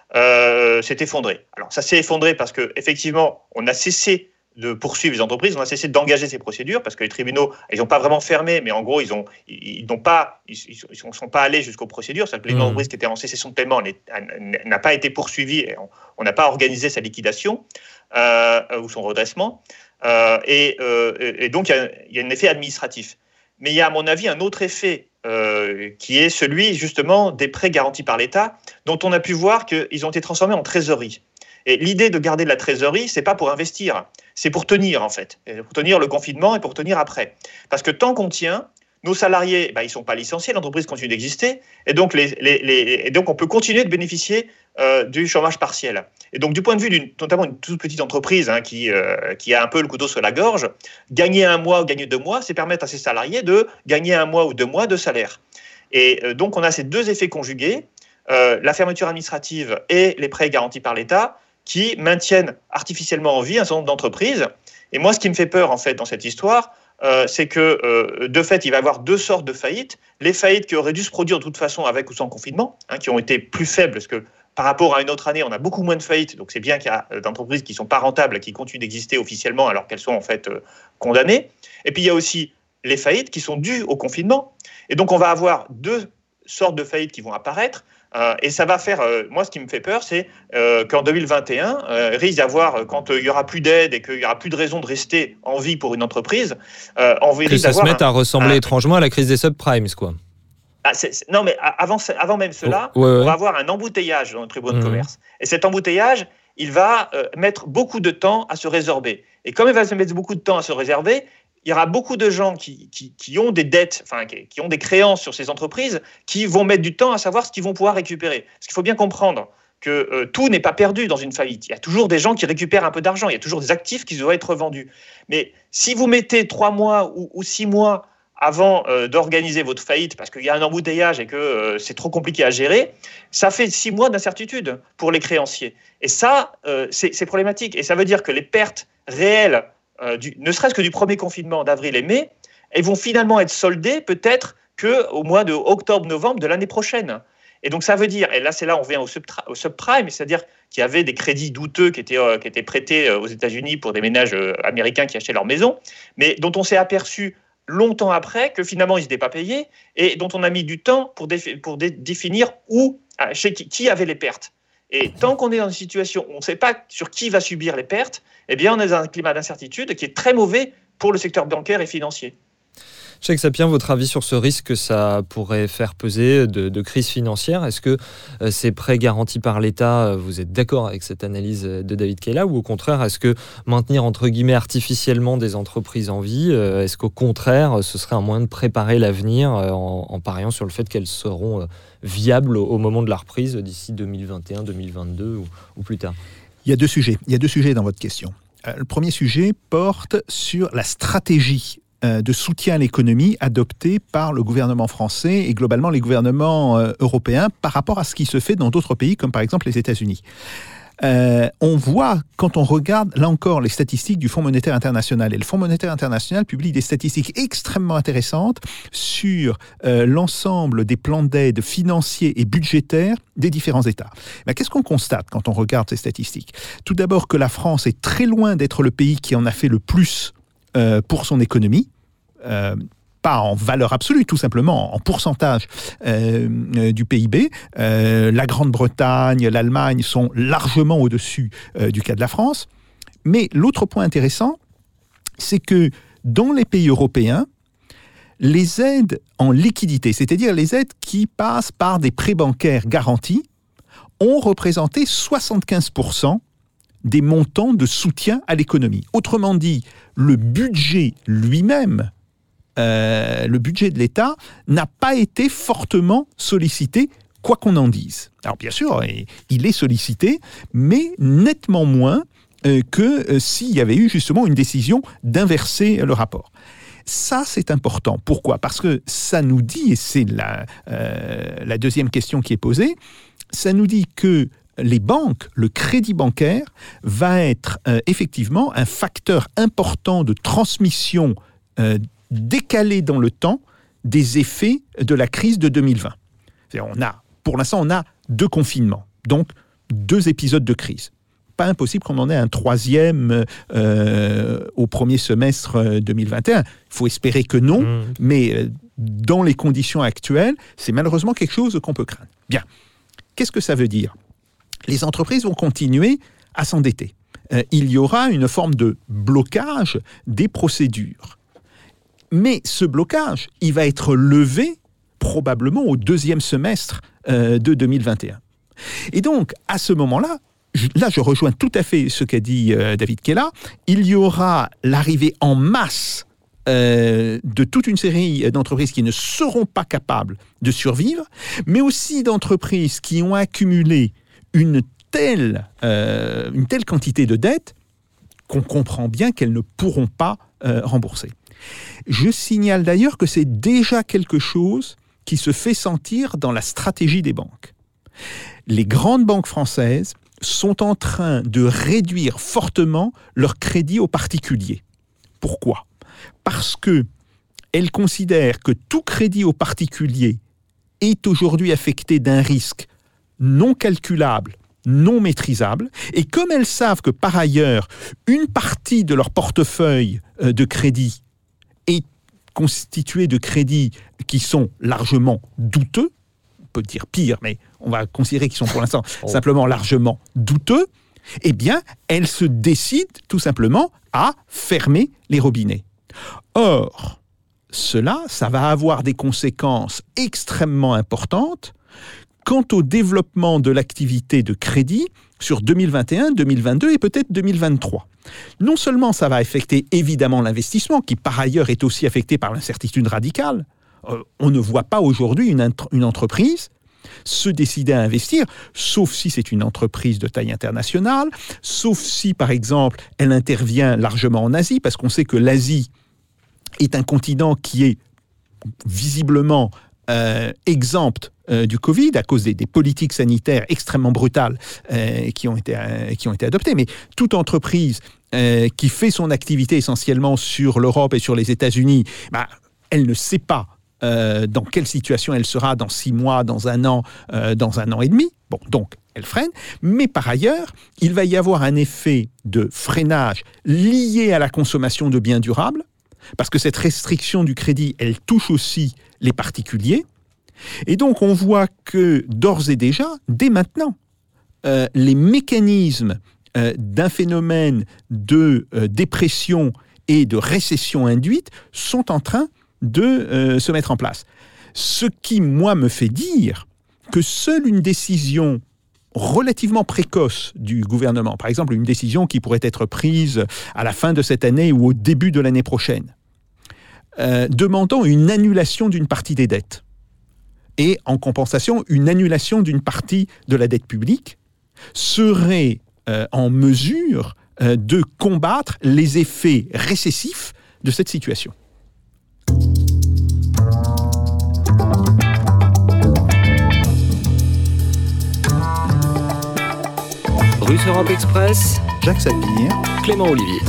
Euh, s'est effondré. Alors ça s'est effondré parce que effectivement, on a cessé de poursuivre les entreprises, on a cessé d'engager ces procédures parce que les tribunaux, ils n'ont pas vraiment fermé, mais en gros, ils ont, ils, ils n'ont pas, ils, ils sont, sont pas allés jusqu'aux procédures. C'est-à-dire que les mmh. entreprises qui étaient en cessation de paiement n'a pas été poursuivie, et on n'a pas organisé sa liquidation euh, ou son redressement, euh, et, euh, et donc il y, a, il y a un effet administratif. Mais il y a à mon avis un autre effet euh, qui est celui justement des prêts garantis par l'État, dont on a pu voir qu'ils ont été transformés en trésorerie. Et l'idée de garder de la trésorerie, c'est pas pour investir, c'est pour tenir en fait, pour tenir le confinement et pour tenir après. Parce que tant qu'on tient, nos salariés, bah, ils ne sont pas licenciés, l'entreprise continue d'exister, et donc, les, les, les, et donc on peut continuer de bénéficier euh, du chômage partiel. Et donc du point de vue d'une, notamment une toute petite entreprise hein, qui, euh, qui a un peu le couteau sur la gorge, gagner un mois ou gagner deux mois, c'est permettre à ses salariés de gagner un mois ou deux mois de salaire. Et euh, donc on a ces deux effets conjugués, euh, la fermeture administrative et les prêts garantis par l'État, qui maintiennent artificiellement en vie un certain nombre d'entreprises. Et moi, ce qui me fait peur en fait dans cette histoire, Euh, c'est que, euh, de fait, il va y avoir deux sortes de faillites. Les faillites qui auraient dû se produire de toute façon avec ou sans confinement, hein, qui ont été plus faibles, parce que par rapport à une autre année, on a beaucoup moins de faillites. Donc, c'est bien qu'il y a d'entreprises qui ne sont pas rentables, qui continuent d'exister officiellement alors qu'elles sont en fait euh, condamnées. Et puis, il y a aussi les faillites qui sont dues au confinement. Et donc, on va avoir deux sortes de faillites qui vont apparaître. Euh, et ça va faire, euh, moi ce qui me fait peur, c'est euh, qu'en deux mille vingt et un, euh, risque d'avoir, euh, quand euh, il n'y aura plus d'aide et qu'il n'y aura plus de raison de rester en vie pour une entreprise, euh, on risque que ça se mette un, à ressembler un, étrangement à la crise des subprimes, quoi. Ah, c'est, c'est, non, mais avant, avant même cela, oh, ouais, ouais. on va avoir un embouteillage dans le tribunal mmh. de commerce. Et cet embouteillage, il va euh, mettre beaucoup de temps à se résorber. Et comme il va se mettre beaucoup de temps à se résorber, il y aura beaucoup de gens qui, qui, qui ont des dettes, enfin, qui, qui ont des créances sur ces entreprises, qui vont mettre du temps à savoir ce qu'ils vont pouvoir récupérer. Parce qu'il faut bien comprendre que euh, tout n'est pas perdu dans une faillite. Il y a toujours des gens qui récupèrent un peu d'argent, il y a toujours des actifs qui doivent être vendus. Mais si vous mettez trois mois ou, ou six mois avant euh, d'organiser votre faillite, parce qu'il y a un embouteillage et que euh, c'est trop compliqué à gérer, ça fait six mois d'incertitude pour les créanciers. Et ça, euh, c'est, c'est problématique. Et ça veut dire que les pertes réelles, Euh, du, ne serait-ce que du premier confinement d'avril et mai, elles vont finalement être soldées peut-être qu'au mois de octobre-novembre de l'année prochaine. Et donc ça veut dire, et là c'est là on revient au, subtra- au subprime, c'est-à-dire qu'il y avait des crédits douteux qui étaient, euh, qui étaient prêtés aux États-Unis pour des ménages euh, américains qui achetaient leur maison, mais dont on s'est aperçu longtemps après que finalement ils n'étaient pas payés et dont on a mis du temps pour, défi- pour dé- définir où, chez qui, qui avait les pertes. Et tant qu'on est dans une situation où on ne sait pas sur qui va subir les pertes, eh bien on est dans un climat d'incertitude qui est très mauvais pour le secteur bancaire et financier. Cheikh Sapien, votre avis sur ce risque que ça pourrait faire peser de, de crise financière? Est-ce que euh, ces prêts garantis par l'État, vous êtes d'accord avec cette analyse de David Kayla, ou au contraire, est-ce que maintenir entre guillemets artificiellement des entreprises en vie, euh, est-ce qu'au contraire, ce serait un moyen de préparer l'avenir euh, en, en pariant sur le fait qu'elles seront euh, viables au, au moment de la reprise d'ici deux mille vingt et un, deux mille vingt-deux ou, ou plus tard? Il y a deux sujets. Il y a deux sujets dans votre question. Euh, le premier sujet porte sur la stratégie de soutien à l'économie adopté par le gouvernement français et globalement les gouvernements euh, européens par rapport à ce qui se fait dans d'autres pays comme par exemple les États-Unis. Euh, on voit, quand on regarde, là encore, les statistiques du Fonds monétaire international. Et le Fonds monétaire international publie des statistiques extrêmement intéressantes sur euh, l'ensemble des plans d'aide financiers et budgétaires des différents États. Mais qu'est-ce qu'on constate quand on regarde ces statistiques? Tout d'abord que la France est très loin d'être le pays qui en a fait le plus Euh, pour son économie, euh, pas en valeur absolue, tout simplement en pourcentage euh, euh, du P I B. Euh, la Grande-Bretagne, l'Allemagne sont largement au-dessus euh, du cas de la France. Mais l'autre point intéressant, c'est que dans les pays européens, les aides en liquidité, c'est-à-dire les aides qui passent par des prêts bancaires garantis, ont représenté soixante-quinze pour cent des montants de soutien à l'économie. Autrement dit, le budget lui-même, euh, le budget de l'État, n'a pas été fortement sollicité, quoi qu'on en dise. Alors bien sûr, il est sollicité, mais nettement moins euh, que euh, s'il y avait eu justement une décision d'inverser le rapport. Ça, c'est important. Pourquoi? Parce que ça nous dit, et c'est la, euh, la deuxième question qui est posée, ça nous dit que les banques, le crédit bancaire, va être euh, effectivement un facteur important de transmission euh, décalée dans le temps des effets de la crise de deux mille vingt. C'est-à-dire on a, pour l'instant, on a deux confinements, donc deux épisodes de crise. Pas impossible qu'on en ait un troisième euh, au premier semestre deux mille vingt et un. Il faut espérer que non, mmh. mais euh, dans les conditions actuelles, c'est malheureusement quelque chose qu'on peut craindre. Bien. Qu'est-ce que ça veut dire? Les entreprises vont continuer à s'endetter. Euh, il y aura une forme de blocage des procédures. Mais ce blocage, il va être levé probablement au deuxième semestre euh, de deux mille vingt et un. Et donc, à ce moment-là, je, là je rejoins tout à fait ce qu'a dit euh, David Kayla, il y aura l'arrivée en masse euh, de toute une série d'entreprises qui ne seront pas capables de survivre, mais aussi d'entreprises qui ont accumulé une telle, euh, une telle quantité de dettes qu'on comprend bien qu'elles ne pourront pas euh, rembourser. Je signale d'ailleurs que c'est déjà quelque chose qui se fait sentir dans la stratégie des banques. Les grandes banques françaises sont en train de réduire fortement leur crédit aux particuliers. Pourquoi ? Parce qu'elles considèrent que tout crédit aux particuliers est aujourd'hui affecté d'un risque non calculable, non maîtrisable, et comme elles savent que par ailleurs, une partie de leur portefeuille de crédit est constituée de crédits qui sont largement douteux, on peut dire pire, mais on va considérer qu'ils sont pour l'instant oh. simplement largement douteux, eh bien, elles se décident tout simplement à fermer les robinets. Or, cela, ça va avoir des conséquences extrêmement importantes quant au développement de l'activité de crédit sur deux mille vingt et un, deux mille vingt-deux et peut-être deux mille vingt-trois. Non seulement ça va affecter évidemment l'investissement, qui par ailleurs est aussi affecté par l'incertitude radicale. Euh, on ne voit pas aujourd'hui une, int- une entreprise se décider à investir, sauf si c'est une entreprise de taille internationale, sauf si, par exemple, elle intervient largement en Asie, parce qu'on sait que l'Asie est un continent qui est visiblement euh, exempt euh, du Covid à cause des, des politiques sanitaires extrêmement brutales euh, qui ont été, euh, qui ont été adoptées. Mais toute entreprise euh, qui fait son activité essentiellement sur l'Europe et sur les États-Unis, bah, elle ne sait pas Euh, dans quelle situation elle sera dans six mois, dans un an, euh, dans un an et demi. Bon, donc, elle freine. Mais par ailleurs, il va y avoir un effet de freinage lié à la consommation de biens durables, parce que cette restriction du crédit, elle touche aussi les particuliers. Et donc, on voit que d'ores et déjà, dès maintenant, euh, les mécanismes euh, d'un phénomène de euh, dépression et de récession induite sont en train de euh, se mettre en place. Ce qui, moi, me fait dire que seule une décision relativement précoce du gouvernement, par exemple une décision qui pourrait être prise à la fin de cette année ou au début de l'année prochaine, euh, demandant une annulation d'une partie des dettes et en compensation une annulation d'une partie de la dette publique, serait euh, en mesure euh, de combattre les effets récessifs de cette situation. Russe Europe Express, Jacques Sapir, Clément Olivier.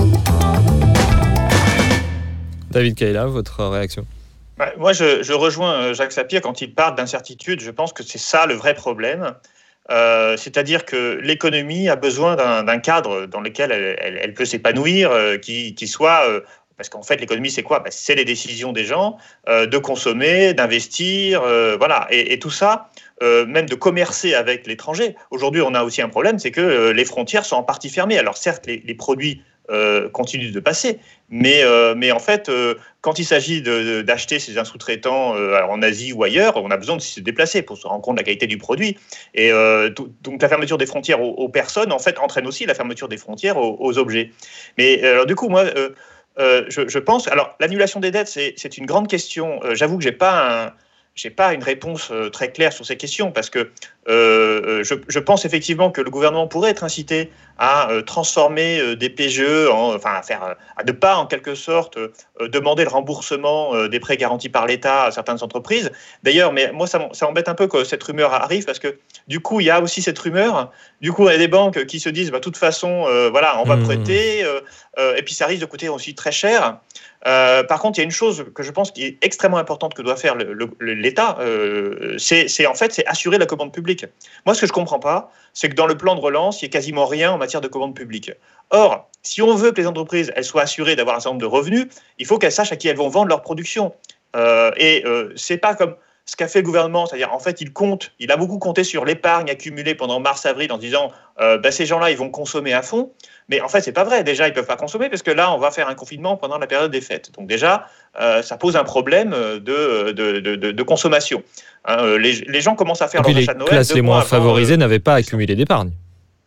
David Kayla, votre réaction ? Ouais, moi, je, je rejoins Jacques Sapir quand il parle d'incertitude. Je pense que c'est ça le vrai problème. Euh, c'est-à-dire que l'économie a besoin d'un, d'un cadre dans lequel elle, elle, elle peut s'épanouir, euh, qui, qui soit... Euh, parce qu'en fait, l'économie, c'est quoi ? Ben, c'est les décisions des gens euh, de consommer, d'investir, euh, voilà. Et, et tout ça, euh, même de commercer avec l'étranger. Aujourd'hui, on a aussi un problème, c'est que euh, les frontières sont en partie fermées. Alors certes, les, les produits euh, continuent de passer, mais, euh, mais en fait, euh, quand il s'agit de, de, d'acheter chez un sous-traitant euh, en Asie ou ailleurs, on a besoin de se déplacer pour se rendre compte de la qualité du produit. Et euh, tout, donc la fermeture des frontières aux, aux personnes, en fait, entraîne aussi la fermeture des frontières aux, aux objets. Mais alors du coup, moi... Euh, Euh, je, je pense. Alors, l'annulation des dettes, c'est, c'est une grande question. Euh, j'avoue que j'ai pas un, j'ai pas une réponse euh, très claire sur ces questions parce que euh, je, je pense effectivement que le gouvernement pourrait être incité à euh, transformer euh, des P G E, en, enfin à faire, à ne pas en quelque sorte euh, demander le remboursement euh, des prêts garantis par l'État à certaines entreprises. D'ailleurs, mais moi ça, ça m'embête un peu que cette rumeur arrive parce que du coup il y a aussi cette rumeur. Du coup, il y a des banques qui se disent, bah, de toute façon, euh, voilà, on va mmh. prêter, euh, euh, et puis ça risque de coûter aussi très cher. Euh, par contre, il y a une chose que je pense qui est extrêmement importante que doit faire le, le, l'État, euh, c'est, c'est en fait c'est assurer la commande publique. Moi, ce que je comprends pas, c'est que dans le plan de relance, il y a quasiment rien en matière de commande publique. Or, si on veut que les entreprises elles soient assurées d'avoir un certain nombre de revenus, il faut qu'elles sachent à qui elles vont vendre leur production. Euh, et euh, c'est pas comme ce qu'a fait le gouvernement, c'est-à-dire en fait il compte, il a beaucoup compté sur l'épargne accumulée pendant mars-avril en se disant euh, bah, ces gens-là ils vont consommer à fond, mais en fait c'est pas vrai, déjà ils peuvent pas consommer parce que là on va faire un confinement pendant la période des fêtes, donc déjà euh, ça pose un problème de, de, de, de, de consommation. Hein, les, les gens commencent à faire leur achat de Noël. Les classes les moins favorisées euh, n'avaient pas accumulé d'épargne.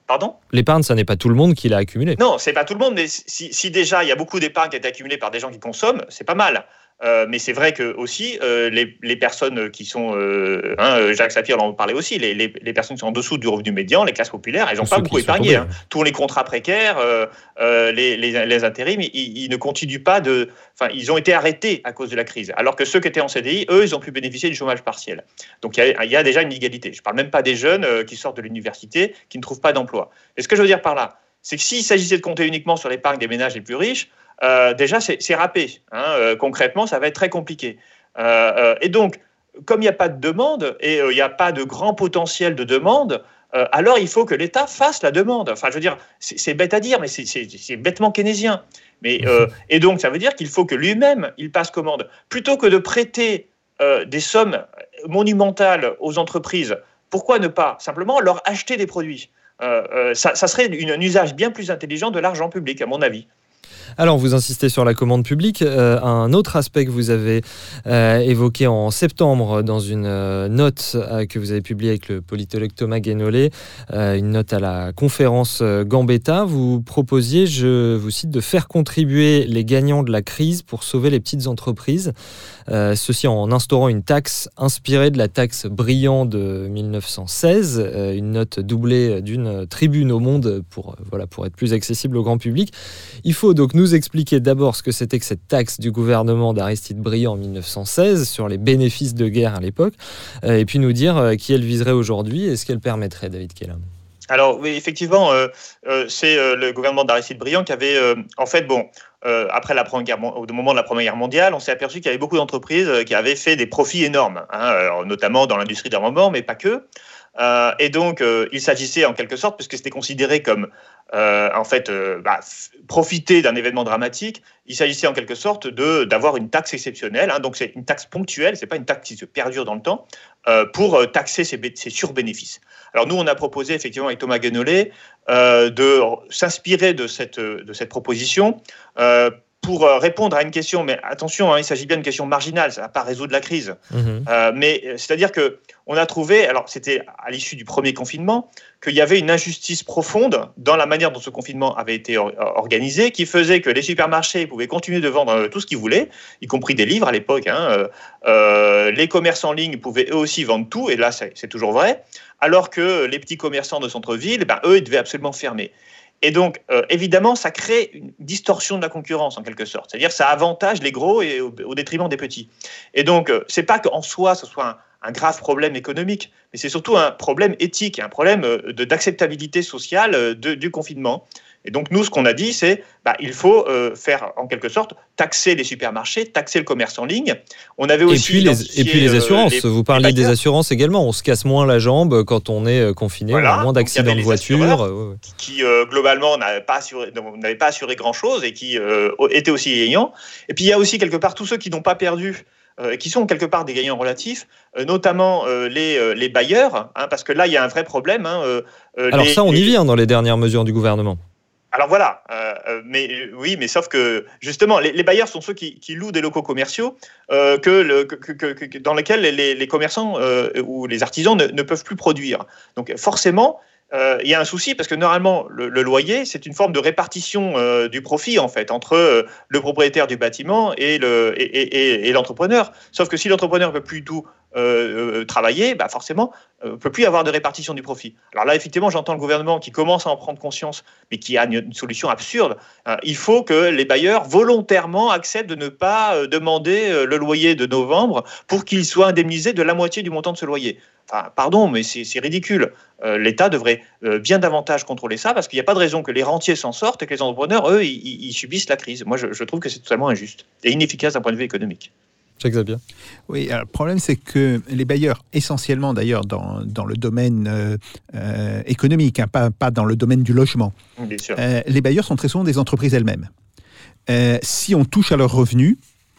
Pardon ? L'épargne, ça n'est pas tout le monde qui l'a accumulée. Non, c'est pas tout le monde, mais si, si déjà il y a beaucoup d'épargne qui a été accumulée par des gens qui consomment, c'est pas mal. Euh, mais c'est vrai que aussi euh, les, les personnes qui sont, euh, hein, Jacques Sapir en parlait aussi, les, les, les personnes qui sont en dessous du revenu médian, les classes populaires, elles n'ont pas beaucoup épargné. Hein. Tous les contrats précaires, euh, euh, les, les, les intérims, ils, ils ne continuent pas de, enfin, ils ont été arrêtés à cause de la crise. Alors que ceux qui étaient en C D I, eux, ils ont pu bénéficier du chômage partiel. Donc il y a, il y a déjà une inégalité. Je ne parle même pas des jeunes euh, qui sortent de l'université, qui ne trouvent pas d'emploi. Et ce que je veux dire par là, c'est que s'il s'agissait de compter uniquement sur l'épargne des ménages les plus riches, Euh, déjà, c'est, c'est râpé. Hein. Euh, concrètement, ça va être très compliqué. Euh, euh, et donc, comme il n'y a pas de demande et euh, il n'y a pas de grand potentiel de demande, euh, alors il faut que l'État fasse la demande. Enfin, je veux dire, c'est, c'est bête à dire, mais c'est, c'est, c'est bêtement keynésien. Mais, euh, et donc, ça veut dire qu'il faut que lui-même, il passe commande. Plutôt que de prêter euh, des sommes monumentales aux entreprises, pourquoi ne pas simplement leur acheter des produits ? euh, euh, ça, ça serait une, un usage bien plus intelligent de l'argent public, à mon avis. Alors, vous insistez sur la commande publique. Euh, un autre aspect que vous avez euh, évoqué en septembre dans une euh, note euh, que vous avez publiée avec le politologue Thomas Guénolé, euh, une note à la conférence Gambetta, vous proposiez, je vous cite, de faire contribuer les gagnants de la crise pour sauver les petites entreprises. Euh, ceci en instaurant une taxe inspirée de la taxe Briand de mille neuf cent seize, euh, une note doublée d'une tribune au Monde pour, euh, voilà, pour être plus accessible au grand public. Il faut donc nous expliquer d'abord ce que c'était que cette taxe du gouvernement d'Aristide Briand en mille neuf cent seize sur les bénéfices de guerre à l'époque, euh, et puis nous dire euh, qui elle viserait aujourd'hui et ce qu'elle permettrait, David Kellam. Alors oui, effectivement, euh, euh, c'est euh, le gouvernement d'Aristide Briand qui avait, euh, en fait, bon, euh, après la première guerre, au moment de la Première Guerre mondiale, on s'est aperçu qu'il y avait beaucoup d'entreprises qui avaient fait des profits énormes, hein, alors, notamment dans l'industrie d'armement, mais pas que. Euh, et donc, euh, il s'agissait en quelque sorte, puisque c'était considéré comme, euh, en fait, euh, bah, f- profiter d'un événement dramatique, il s'agissait en quelque sorte de, d'avoir une taxe exceptionnelle, hein, donc c'est une taxe ponctuelle, c'est pas une taxe qui se perdure dans le temps, euh, pour euh, taxer ces, bé- ces surbénéfices. Alors nous, on a proposé effectivement avec Thomas Guénolé euh, de s'inspirer de cette, de cette proposition euh, pour répondre à une question, mais attention, hein, il s'agit bien d'une question marginale, ça ne va pas résoudre la crise. Mmh. Euh, mais c'est-à-dire qu'on a trouvé, alors c'était à l'issue du premier confinement, qu'il y avait une injustice profonde dans la manière dont ce confinement avait été or- organisé, qui faisait que les supermarchés pouvaient continuer de vendre tout ce qu'ils voulaient, y compris des livres à l'époque. Hein, euh, les commerces en ligne pouvaient eux aussi vendre tout, et là c'est, c'est toujours vrai, alors que les petits commerçants de centre-ville, ben, eux, ils devaient absolument fermer. Et donc, euh, évidemment, ça crée une distorsion de la concurrence, en quelque sorte. C'est-à-dire que ça avantage les gros et au, au détriment des petits. Et donc, euh, c'est pas qu'en soi, ce soit un, un grave problème économique, mais c'est surtout un problème éthique, un problème de, d'acceptabilité sociale de, du confinement. Et donc, nous, ce qu'on a dit, c'est bah, il faut euh, faire, en quelque sorte, taxer les supermarchés, taxer le commerce en ligne. On avait aussi et, puis les, et puis les assurances. Euh, les, Vous parliez des assurances également. On se casse moins la jambe quand on est confiné, voilà. On a moins d'accidents de voiture. Euh, qui, qui euh, globalement, n'avaient pas assuré, n'avaient pas assuré grand-chose et qui euh, étaient aussi gagnants. Et puis, il y a aussi, quelque part, tous ceux qui n'ont pas perdu, euh, qui sont quelque part des gagnants relatifs, euh, notamment euh, les, euh, les bailleurs, hein, parce que là, il y a un vrai problème. Hein, euh, Alors les, ça, on les... y vient dans les dernières mesures du gouvernement. Alors voilà, euh, mais oui, mais sauf que justement, les, les bailleurs sont ceux qui, qui louent des locaux commerciaux euh, que le, que, que, que, dans lesquels les, les commerçants euh, ou les artisans ne, ne peuvent plus produire. Donc forcément, euh, il y a un souci parce que normalement, le, le loyer, c'est une forme de répartition euh, du profit en fait entre euh, le propriétaire du bâtiment et, le, et, et, et l'entrepreneur. Sauf que si l'entrepreneur ne peut plus tout euh, euh, travailler, bah forcément, ne euh, peut plus avoir de répartition du profit. Alors là, effectivement, j'entends le gouvernement qui commence à en prendre conscience, mais qui a une, une solution absurde. Euh, il faut que les bailleurs volontairement acceptent de ne pas euh, demander euh, le loyer de novembre pour qu'ils soient indemnisés de la moitié du montant de ce loyer. Enfin, pardon, mais c'est, c'est ridicule. Euh, L'État devrait euh, bien davantage contrôler ça parce qu'il n'y a pas de raison que les rentiers s'en sortent et que les entrepreneurs, eux, ils, ils subissent la crise. Moi, je, je trouve que c'est totalement injuste et inefficace d'un point de vue économique. Jacques Sapir. Oui, alors, le problème, c'est que les bailleurs, essentiellement d'ailleurs dans, dans le domaine euh, euh, économique, hein, pas, pas dans le domaine du logement, bien sûr. Euh, les bailleurs sont très souvent des entreprises elles-mêmes. Euh, si on touche à leurs revenus,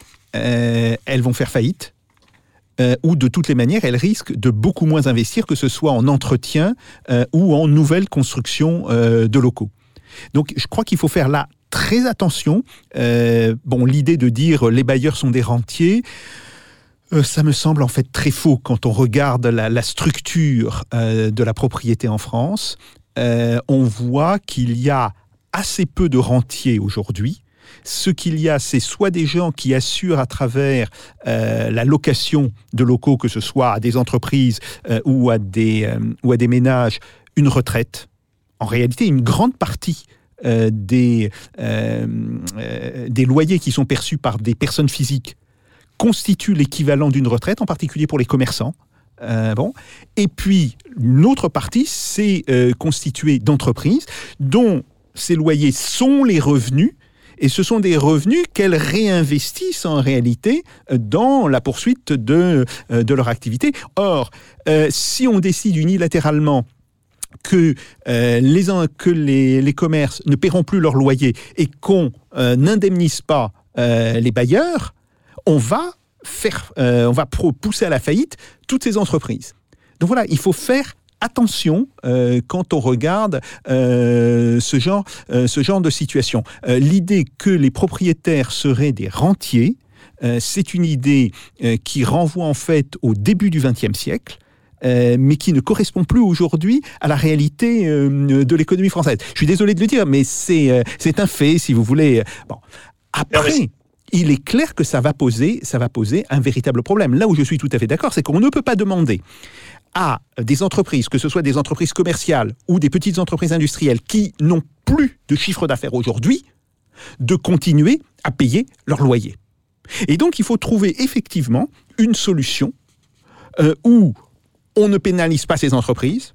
euh, elles vont faire faillite. Euh, ou de toutes les manières, elles risquent de beaucoup moins investir, que ce soit en entretien euh, ou en nouvelle construction euh, de locaux. Donc, je crois qu'il faut faire là très attention. Euh, bon, l'idée de dire les bailleurs sont des rentiers, euh, ça me semble en fait très faux quand on regarde la, la structure euh, de la propriété en France. euh, on voit qu'il y a assez peu de rentiers aujourd'hui. Ce qu'il y a, c'est soit des gens qui assurent à travers euh, la location de locaux, que ce soit à des entreprises euh, ou, à des, euh, ou à des ménages, une retraite. En réalité, une grande partie euh, des, euh, euh, des loyers qui sont perçus par des personnes physiques constituent l'équivalent d'une retraite, en particulier pour les commerçants. Euh, bon. Et puis, une autre partie, c'est euh, constituée d'entreprises dont ces loyers sont les revenus. Et ce sont des revenus qu'elles réinvestissent en réalité dans la poursuite de, de leur activité. Or, euh, si on décide unilatéralement que, euh, les, que les, les commerces ne paieront plus leur loyer et qu'on euh, n'indemnise pas euh, les bailleurs, on va, faire, euh, on va pousser à la faillite toutes ces entreprises. Donc voilà, il faut faire attention euh, quand on regarde euh, ce, genre, euh, ce genre de situation. Euh, l'idée que les propriétaires seraient des rentiers, euh, c'est une idée euh, qui renvoie en fait au début du vingtième siècle, euh, mais qui ne correspond plus aujourd'hui à la réalité euh, de l'économie française. Je suis désolé de le dire, mais c'est, euh, c'est un fait, si vous voulez. Bon. Après, il est clair que ça va poser, ça va poser un véritable problème. Là où je suis tout à fait d'accord, c'est qu'on ne peut pas demander à des entreprises, que ce soit des entreprises commerciales ou des petites entreprises industrielles qui n'ont plus de chiffre d'affaires aujourd'hui, de continuer à payer leur loyer. Et donc, il faut trouver effectivement une solution euh, où on ne pénalise pas ces entreprises,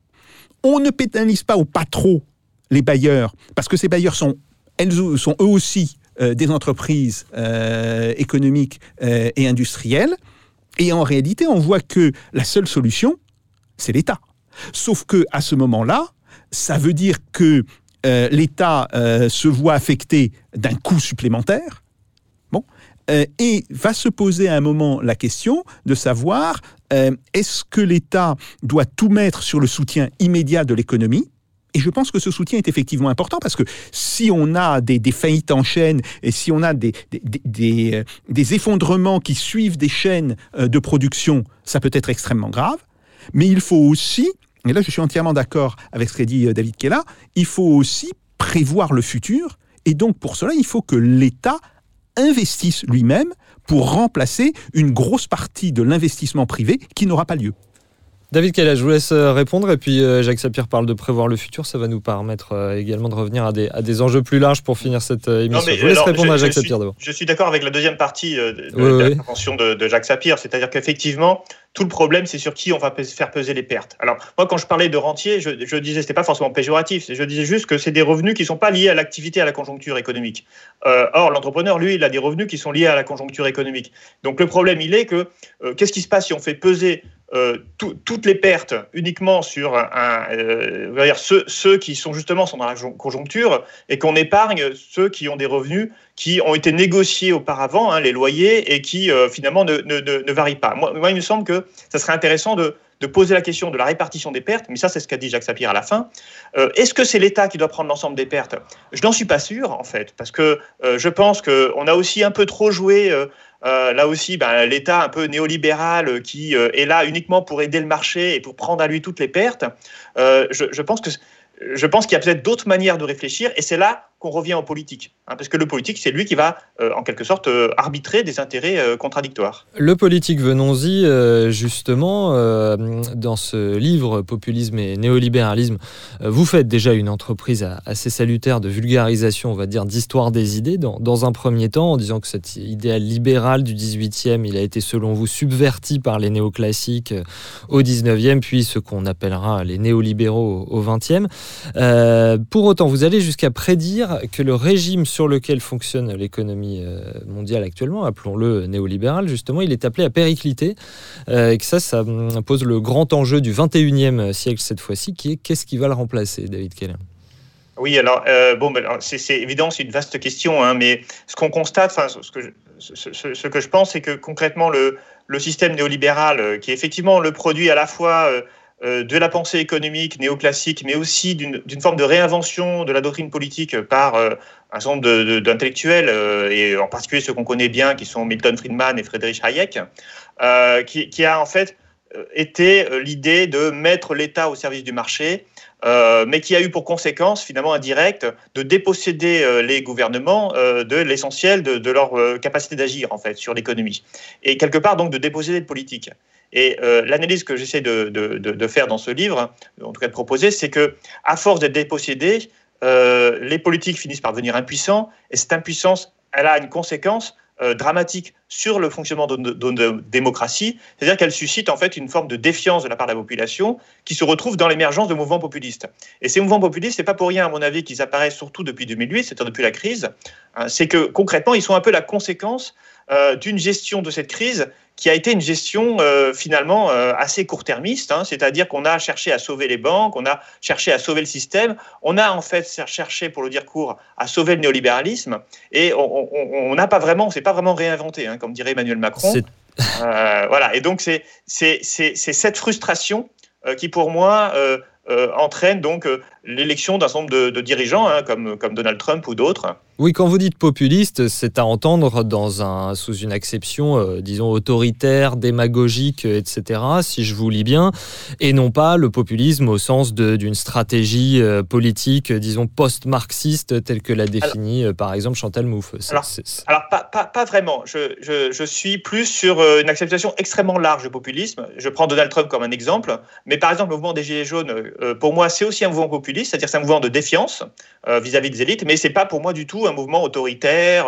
on ne pénalise pas ou pas trop les bailleurs, parce que ces bailleurs sont, elles, sont eux aussi euh, des entreprises euh, économiques euh, et industrielles. Et en réalité, on voit que la seule solution, c'est l'État. Sauf qu'à ce moment-là, ça veut dire que euh, l'État euh, se voit affecté d'un coût supplémentaire, bon, euh, et va se poser à un moment la question de savoir euh, est-ce que l'État doit tout mettre sur le soutien immédiat de l'économie ? Et je pense que ce soutien est effectivement important parce que si on a des, des faillites en chaîne et si on a des, des, des, des effondrements qui suivent des chaînes de production, ça peut être extrêmement grave. Mais il faut aussi, et là je suis entièrement d'accord avec ce qu'a dit David Kella, il faut aussi prévoir le futur. Et donc pour cela, il faut que l'État investisse lui-même pour remplacer une grosse partie de l'investissement privé qui n'aura pas lieu. David Kella, je vous laisse répondre et puis euh, Jacques Sapir parle de prévoir le futur, ça va nous permettre euh, également de revenir à des, à des enjeux plus larges pour finir cette euh, émission. Non, mais je vous laisse alors, répondre je, à Jacques je Sapir suis, d'abord. Je suis d'accord avec la deuxième partie euh, de, oui, de oui. l'intervention de, de Jacques Sapir, c'est-à-dire qu'effectivement, tout le problème, c'est sur qui on va pe- faire peser les pertes. Alors, moi, quand je parlais de rentiers, je, je disais, c'était pas forcément péjoratif, je disais juste que c'est des revenus qui ne sont pas liés à l'activité, à la conjoncture économique. Euh, or, l'entrepreneur, lui, il a des revenus qui sont liés à la conjoncture économique. Donc, le problème, il est que, euh, qu'est-ce qui se passe si on fait peser Euh, tout, toutes les pertes uniquement sur un, un, euh, dire ceux, ceux qui sont justement sont dans la conjoncture et qu'on épargne ceux qui ont des revenus qui ont été négociés auparavant, hein, les loyers, et qui euh, finalement ne, ne, ne, ne varient pas. Moi, moi, il me semble que ça serait intéressant de, de poser la question de la répartition des pertes, mais ça, c'est ce qu'a dit Jacques Sapir à la fin. Euh, est-ce que c'est l'État qui doit prendre l'ensemble des pertes ? Je n'en suis pas sûr, en fait, parce que euh, je pense qu'on a aussi un peu trop joué... Euh, Euh, là aussi, ben, l'État un peu néolibéral euh, qui euh, est là uniquement pour aider le marché et pour prendre à lui toutes les pertes, euh, je, je pense que je pense qu'il y a peut-être d'autres manières de réfléchir, et c'est là qu'on revient en politique. Hein, parce que le politique, c'est lui qui va, euh, en quelque sorte, euh, arbitrer des intérêts euh, contradictoires. Le politique, venons-y, euh, justement, euh, dans ce livre « Populisme et néolibéralisme », euh, vous faites déjà une entreprise assez salutaire de vulgarisation, on va dire, d'histoire des idées, dans, dans un premier temps, en disant que cet idéal libéral du dix-huitième, il a été, selon vous, subverti par les néoclassiques au dix-neuvième, puis ce qu'on appellera les néolibéraux au vingtième. Euh, pour autant, vous allez jusqu'à prédire que le régime sur lequel fonctionne l'économie mondiale actuellement, appelons-le néolibéral, justement, il est appelé à péricliter. Euh, et que ça, ça pose le grand enjeu du vingt et unième siècle cette fois-ci, qui est qu'est-ce qui va le remplacer, David Kella ? Oui, alors, euh, bon, ben, c'est, c'est évident, c'est une vaste question, hein, mais ce qu'on constate, enfin, ce que je, ce, ce, ce que je pense, c'est que concrètement, le, le système néolibéral, euh, qui est effectivement le produit à la fois euh, de la pensée économique néoclassique, mais aussi d'une, d'une forme de réinvention de la doctrine politique par euh, un certain nombre de, de, d'intellectuels, euh, et en particulier ceux qu'on connaît bien, qui sont Milton Friedman et Friedrich Hayek, euh, qui, qui a en fait était l'idée de mettre l'État au service du marché, euh, mais qui a eu pour conséquence, finalement indirecte, de déposséder euh, les gouvernements euh, de l'essentiel de, de leur euh, capacité d'agir, en fait, sur l'économie. Et quelque part, donc, de déposséder le politique. Et euh, l'analyse que j'essaie de, de, de, de faire dans ce livre, en tout cas de proposer, c'est que, à force d'être dépossédés, euh, les politiques finissent par devenir impuissants, et cette impuissance, elle a une conséquence euh, dramatique sur le fonctionnement de notre démocratie, c'est-à-dire qu'elle suscite en fait une forme de défiance de la part de la population qui se retrouve dans l'émergence de mouvements populistes. Et ces mouvements populistes, c'est pas pour rien à mon avis qu'ils apparaissent surtout depuis deux mille huit, c'est-à-dire depuis la crise, hein, c'est que concrètement ils sont un peu la conséquence euh, d'une gestion de cette crise qui a été une gestion euh, finalement euh, assez court-termiste, hein, c'est-à-dire qu'on a cherché à sauver les banques, on a cherché à sauver le système, on a en fait cherché, pour le dire court, à sauver le néolibéralisme, et on n'a pas vraiment, on s'est pas vraiment réinventé, hein, comme dirait Emmanuel Macron. Euh, voilà, et donc c'est, c'est, c'est, c'est cette frustration euh, qui, pour moi, euh, euh, entraîne donc euh, l'élection d'un certain nombre de, de dirigeants, hein, comme, comme Donald Trump ou d'autres. Oui, quand vous dites populiste, c'est à entendre dans un, sous une acception, euh, disons, autoritaire, démagogique, et cetera, si je vous lis bien, et non pas le populisme au sens de, d'une stratégie euh, politique, disons, post-marxiste, telle que l'a définie, euh, par exemple, Chantal Mouffe. C'est, alors, c'est, c'est... alors pas, pas, pas vraiment. Je, je, je suis plus sur euh, une acceptation extrêmement large de populisme. Je prends Donald Trump comme un exemple, mais par exemple, le mouvement des Gilets jaunes, euh, pour moi, c'est aussi un mouvement populiste, c'est-à-dire c'est un mouvement de défiance euh, vis-à-vis des élites, mais c'est pas pour moi du tout un mouvement autoritaire.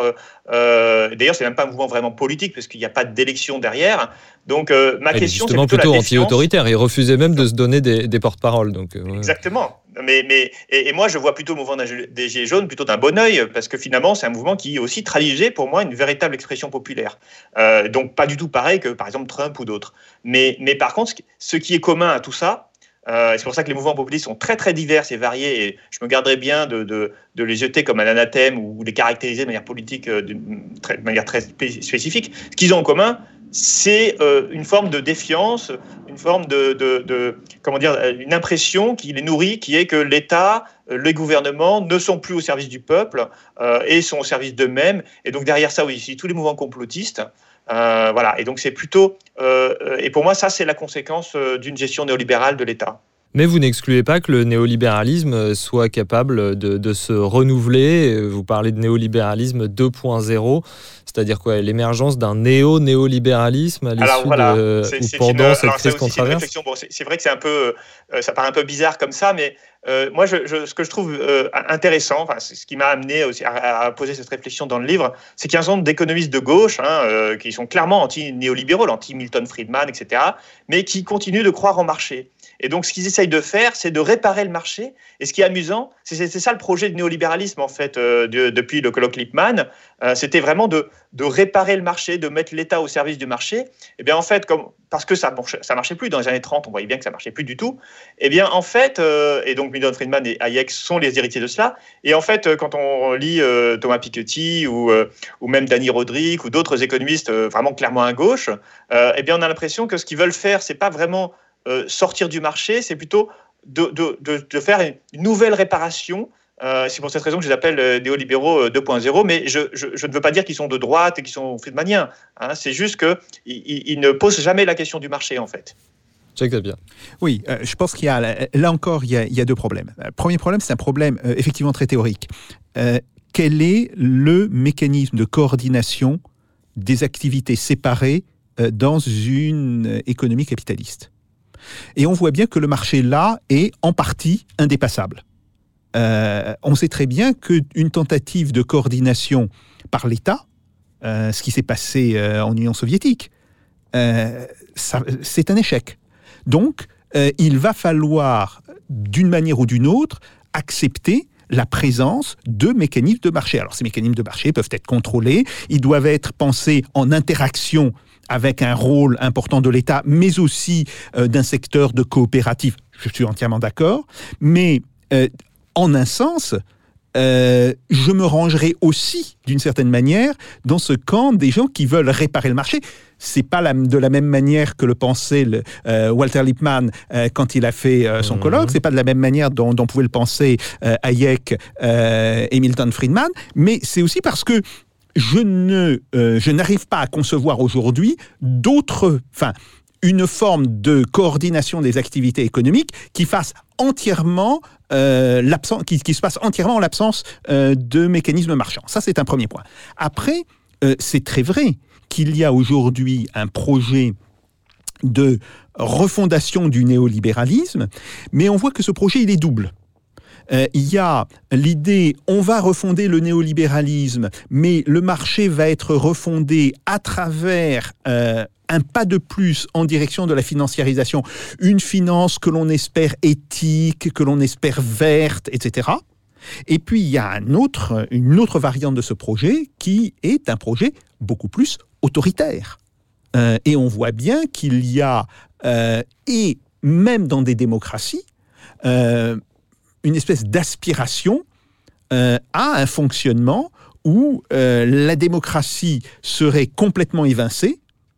Euh, d'ailleurs, c'est même pas un mouvement vraiment politique parce qu'il n'y a pas d'élection derrière. Donc, euh, ma Elle question, est justement c'est plutôt, plutôt la défiance. anti-autoritaire. Il refusait même de se donner des, des porte-paroles. Donc, euh, ouais. Exactement. Mais, mais, et, et moi, je vois plutôt le mouvement des Gilets jaunes plutôt d'un bon œil parce que finalement, c'est un mouvement qui aussi traduisait pour moi une véritable expression populaire. Euh, donc, pas du tout pareil que par exemple Trump ou d'autres. Mais, mais par contre, ce qui est commun à tout ça, Euh, c'est pour ça que les mouvements populistes sont très très divers et variés, et je me garderais bien de, de, de les jeter comme un anathème ou de les caractériser de manière politique euh, d'une très, de manière très spé- spécifique. Ce qu'ils ont en commun, c'est euh, une forme de défiance, une forme de, de, de comment dire, une impression qui les nourrit, qui est que l'État, euh, les gouvernements ne sont plus au service du peuple euh, et sont au service d'eux-mêmes. Et donc derrière ça, oui, c'est tous les mouvements complotistes. Euh, voilà, et donc c'est plutôt, euh, et pour moi ça c'est la conséquence euh, d'une gestion néolibérale de l'État. Mais vous n'excluez pas que le néolibéralisme soit capable de, de se renouveler. Vous parlez de néolibéralisme deux point zéro, c'est-à-dire quoi, l'émergence d'un néo-néolibéralisme à l'issue alors, voilà, de, c'est, ou c'est pendant une, cette alors, crise qu'on traverse. Bon, c'est, c'est vrai que c'est un peu, euh, ça paraît un peu bizarre comme ça, mais euh, moi, je, je, ce que je trouve euh, intéressant, enfin, c'est ce qui m'a amené aussi à, à poser cette réflexion dans le livre, c'est qu'il y a un certain nombre d'économistes de gauche hein, euh, qui sont clairement anti-néolibéraux, anti-Milton Friedman, et cetera, mais qui continuent de croire en marché. Et donc, ce qu'ils essayent de faire, c'est de réparer le marché. Et ce qui est amusant, c'est, c'est, c'est ça le projet de néolibéralisme, en fait, euh, de, depuis le colloque Lippmann. Euh, c'était vraiment de, de réparer le marché, de mettre l'État au service du marché. Et bien, en fait, comme, parce que ça ne marchait plus dans les années trente, on voyait bien que ça ne marchait plus du tout. Et bien, en fait, euh, et donc Milton Friedman et Hayek sont les héritiers de cela. Et en fait, quand on lit euh, Thomas Piketty ou, euh, ou même Danny Rodrik ou d'autres économistes euh, vraiment clairement à gauche, euh, et bien, on a l'impression que ce qu'ils veulent faire, ce n'est pas vraiment Euh, sortir du marché, c'est plutôt de, de, de, de faire une nouvelle réparation. Euh, c'est pour cette raison que je les appelle euh, néolibéraux euh, deux point zéro, mais je, je, je ne veux pas dire qu'ils sont de droite et qu'ils sont friedmaniens. Hein, c'est juste qu'ils ils ne posent jamais la question du marché, en fait. Jacques Zabier. Oui, euh, je pense qu'il y a, là encore, il y a, il y a deux problèmes. Le premier problème, c'est un problème euh, effectivement très théorique. Euh, quel est le mécanisme de coordination des activités séparées euh, dans une économie capitaliste ? Et on voit bien que le marché, là, est en partie indépassable. Euh, on sait très bien qu'une tentative de coordination par l'État, euh, ce qui s'est passé euh, en Union soviétique, euh, ça, c'est un échec. Donc, euh, il va falloir, d'une manière ou d'une autre, accepter la présence de mécanismes de marché. Alors, ces mécanismes de marché peuvent être contrôlés, ils doivent être pensés en interaction avec un rôle important de l'État, mais aussi euh, d'un secteur de coopérative. Je suis entièrement d'accord. Mais euh, en un sens, euh, je me rangerai aussi, d'une certaine manière, dans ce camp des gens qui veulent réparer le marché. C'est pas la, de la même manière que le pensait le, euh, Walter Lippmann euh, quand il a fait euh, son mmh. colloque. C'est pas de la même manière dont, dont pouvaient le penser euh, Hayek euh, et Milton Friedman. Mais c'est aussi parce que je ne, euh, je n'arrive pas à concevoir aujourd'hui d'autres, enfin, une forme de coordination des activités économiques qui fasse entièrement euh, l'absence, qui, qui se passe entièrement en l'absence euh, de mécanismes marchands. Ça, c'est un premier point. Après, euh, c'est très vrai qu'il y a aujourd'hui un projet de refondation du néolibéralisme, mais on voit que ce projet, il est double. Euh, il y a l'idée, on va refonder le néolibéralisme, mais le marché va être refondé à travers euh, un pas de plus en direction de la financiarisation, une finance que l'on espère éthique, que l'on espère verte, et cetera. Et puis il y a un autre, une autre variante de ce projet qui est un projet beaucoup plus autoritaire. Euh, et on voit bien qu'il y a, euh, et même dans des démocraties, euh, une espèce d'aspiration euh, à un fonctionnement où euh, la démocratie serait complètement évincée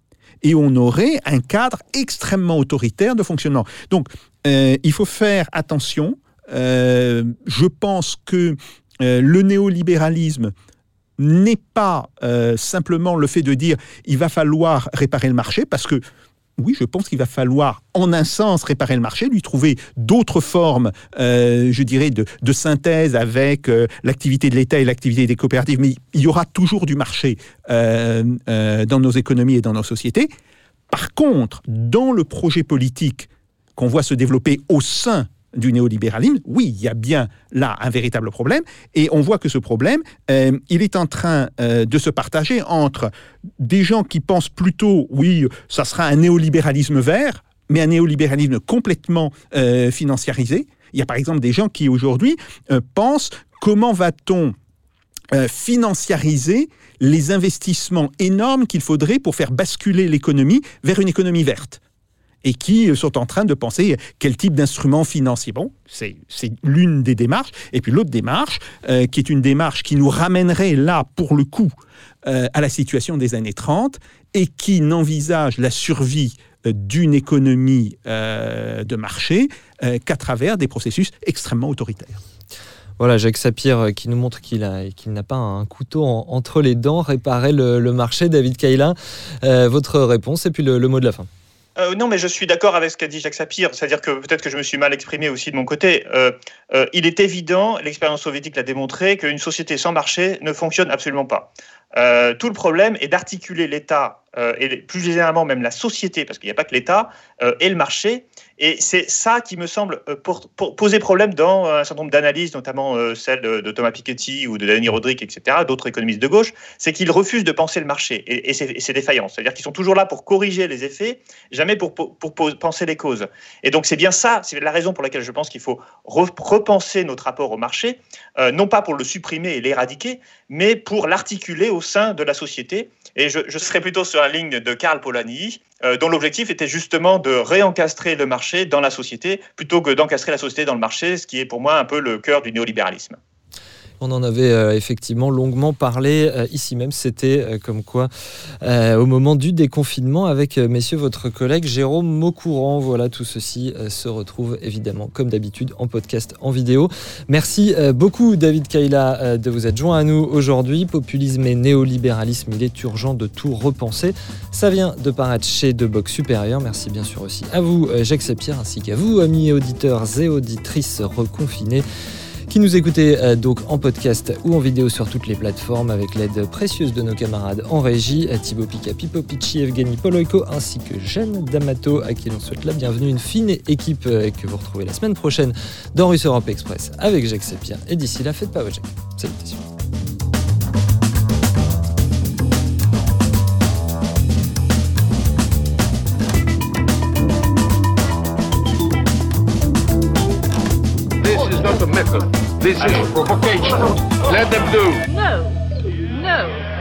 et on aurait un cadre extrêmement autoritaire de fonctionnement. Donc, euh, il faut faire attention. Euh, je pense que euh, le néolibéralisme n'est pas euh, simplement le fait de dire il va falloir réparer le marché, parce que oui, je pense qu'il va falloir, en un sens, réparer le marché, lui trouver d'autres formes, euh, je dirais, de, de synthèse avec euh, l'activité de l'État et l'activité des coopératives. Mais il y aura toujours du marché euh, euh, dans nos économies et dans nos sociétés. Par contre, dans le projet politique qu'on voit se développer au sein du néolibéralisme, oui, il y a bien là un véritable problème, et on voit que ce problème, euh, il est en train euh, de se partager entre des gens qui pensent plutôt, oui, ça sera un néolibéralisme vert, mais un néolibéralisme complètement euh, financiarisé. Il y a par exemple des gens qui aujourd'hui euh, pensent comment va-t-on euh, financiariser les investissements énormes qu'il faudrait pour faire basculer l'économie vers une économie verte, et qui sont en train de penser quel type d'instrument financier. Bon, c'est, c'est l'une des démarches. Et puis l'autre démarche, euh, qui est une démarche qui nous ramènerait là, pour le coup, euh, à la situation des années trente, et qui n'envisage la survie euh, d'une économie euh, de marché euh, qu'à travers des processus extrêmement autoritaires. Voilà, Jacques Sapir qui nous montre qu'il, a, qu'il n'a pas un couteau en, entre les dents, réparer le, le marché. David Kayla, euh, votre réponse et puis le, le mot de la fin. Euh, non, mais je suis d'accord avec ce qu'a dit Jacques Sapir, c'est-à-dire que peut-être que je me suis mal exprimé aussi de mon côté. Euh, euh, il est évident, l'expérience soviétique l'a démontré, qu'une société sans marché ne fonctionne absolument pas. Euh, tout le problème est d'articuler l'État euh, et plus généralement même la société, parce qu'il n'y a pas que l'État, euh, et le marché. Et c'est ça qui me semble euh, pour, pour poser problème dans un certain nombre d'analyses, notamment euh, celle de, de Thomas Piketty ou de Danny Rodrik, et cetera, d'autres économistes de gauche, c'est qu'ils refusent de penser le marché et, et, c'est, et c'est défaillant. C'est-à-dire qu'ils sont toujours là pour corriger les effets, jamais pour, pour, pour, pour penser les causes. Et donc c'est bien ça, c'est la raison pour laquelle je pense qu'il faut re- repenser notre rapport au marché, euh, non pas pour le supprimer et l'éradiquer, mais pour l'articuler au sein de la société. Et je, je serais plutôt sur la ligne de Karl Polanyi, euh, dont l'objectif était justement de réencastrer le marché dans la société, plutôt que d'encastrer la société dans le marché, ce qui est pour moi un peu le cœur du néolibéralisme. On en avait euh, effectivement longuement parlé euh, ici même, c'était euh, comme quoi euh, au moment du déconfinement avec euh, messieurs votre collègue Jérôme Maucourant. Voilà, tout ceci euh, se retrouve évidemment comme d'habitude en podcast, en vidéo. Merci euh, beaucoup David Kayla euh, de vous être joint à nous aujourd'hui. Populisme et néolibéralisme, il est urgent de tout repenser. Ça vient de paraître chez De Bock Supérieur. Merci bien sûr aussi à vous euh, Jacques Sapir, ainsi qu'à vous amis auditeurs et auditrices reconfinés qui nous écoutez euh, donc en podcast ou en vidéo sur toutes les plateformes avec l'aide précieuse de nos camarades en régie, Thibaut Pica, Pipo Picci, Evgeny Poloiko ainsi que Jeanne D'Amato à qui l'on souhaite la bienvenue, une fine équipe euh, que vous retrouvez la semaine prochaine dans Russe Europe Express avec Jacques Sapir. Et d'ici là, faites pas vos Jacques. Salutations. This is not a method. This is provocation. Let them do. No, no.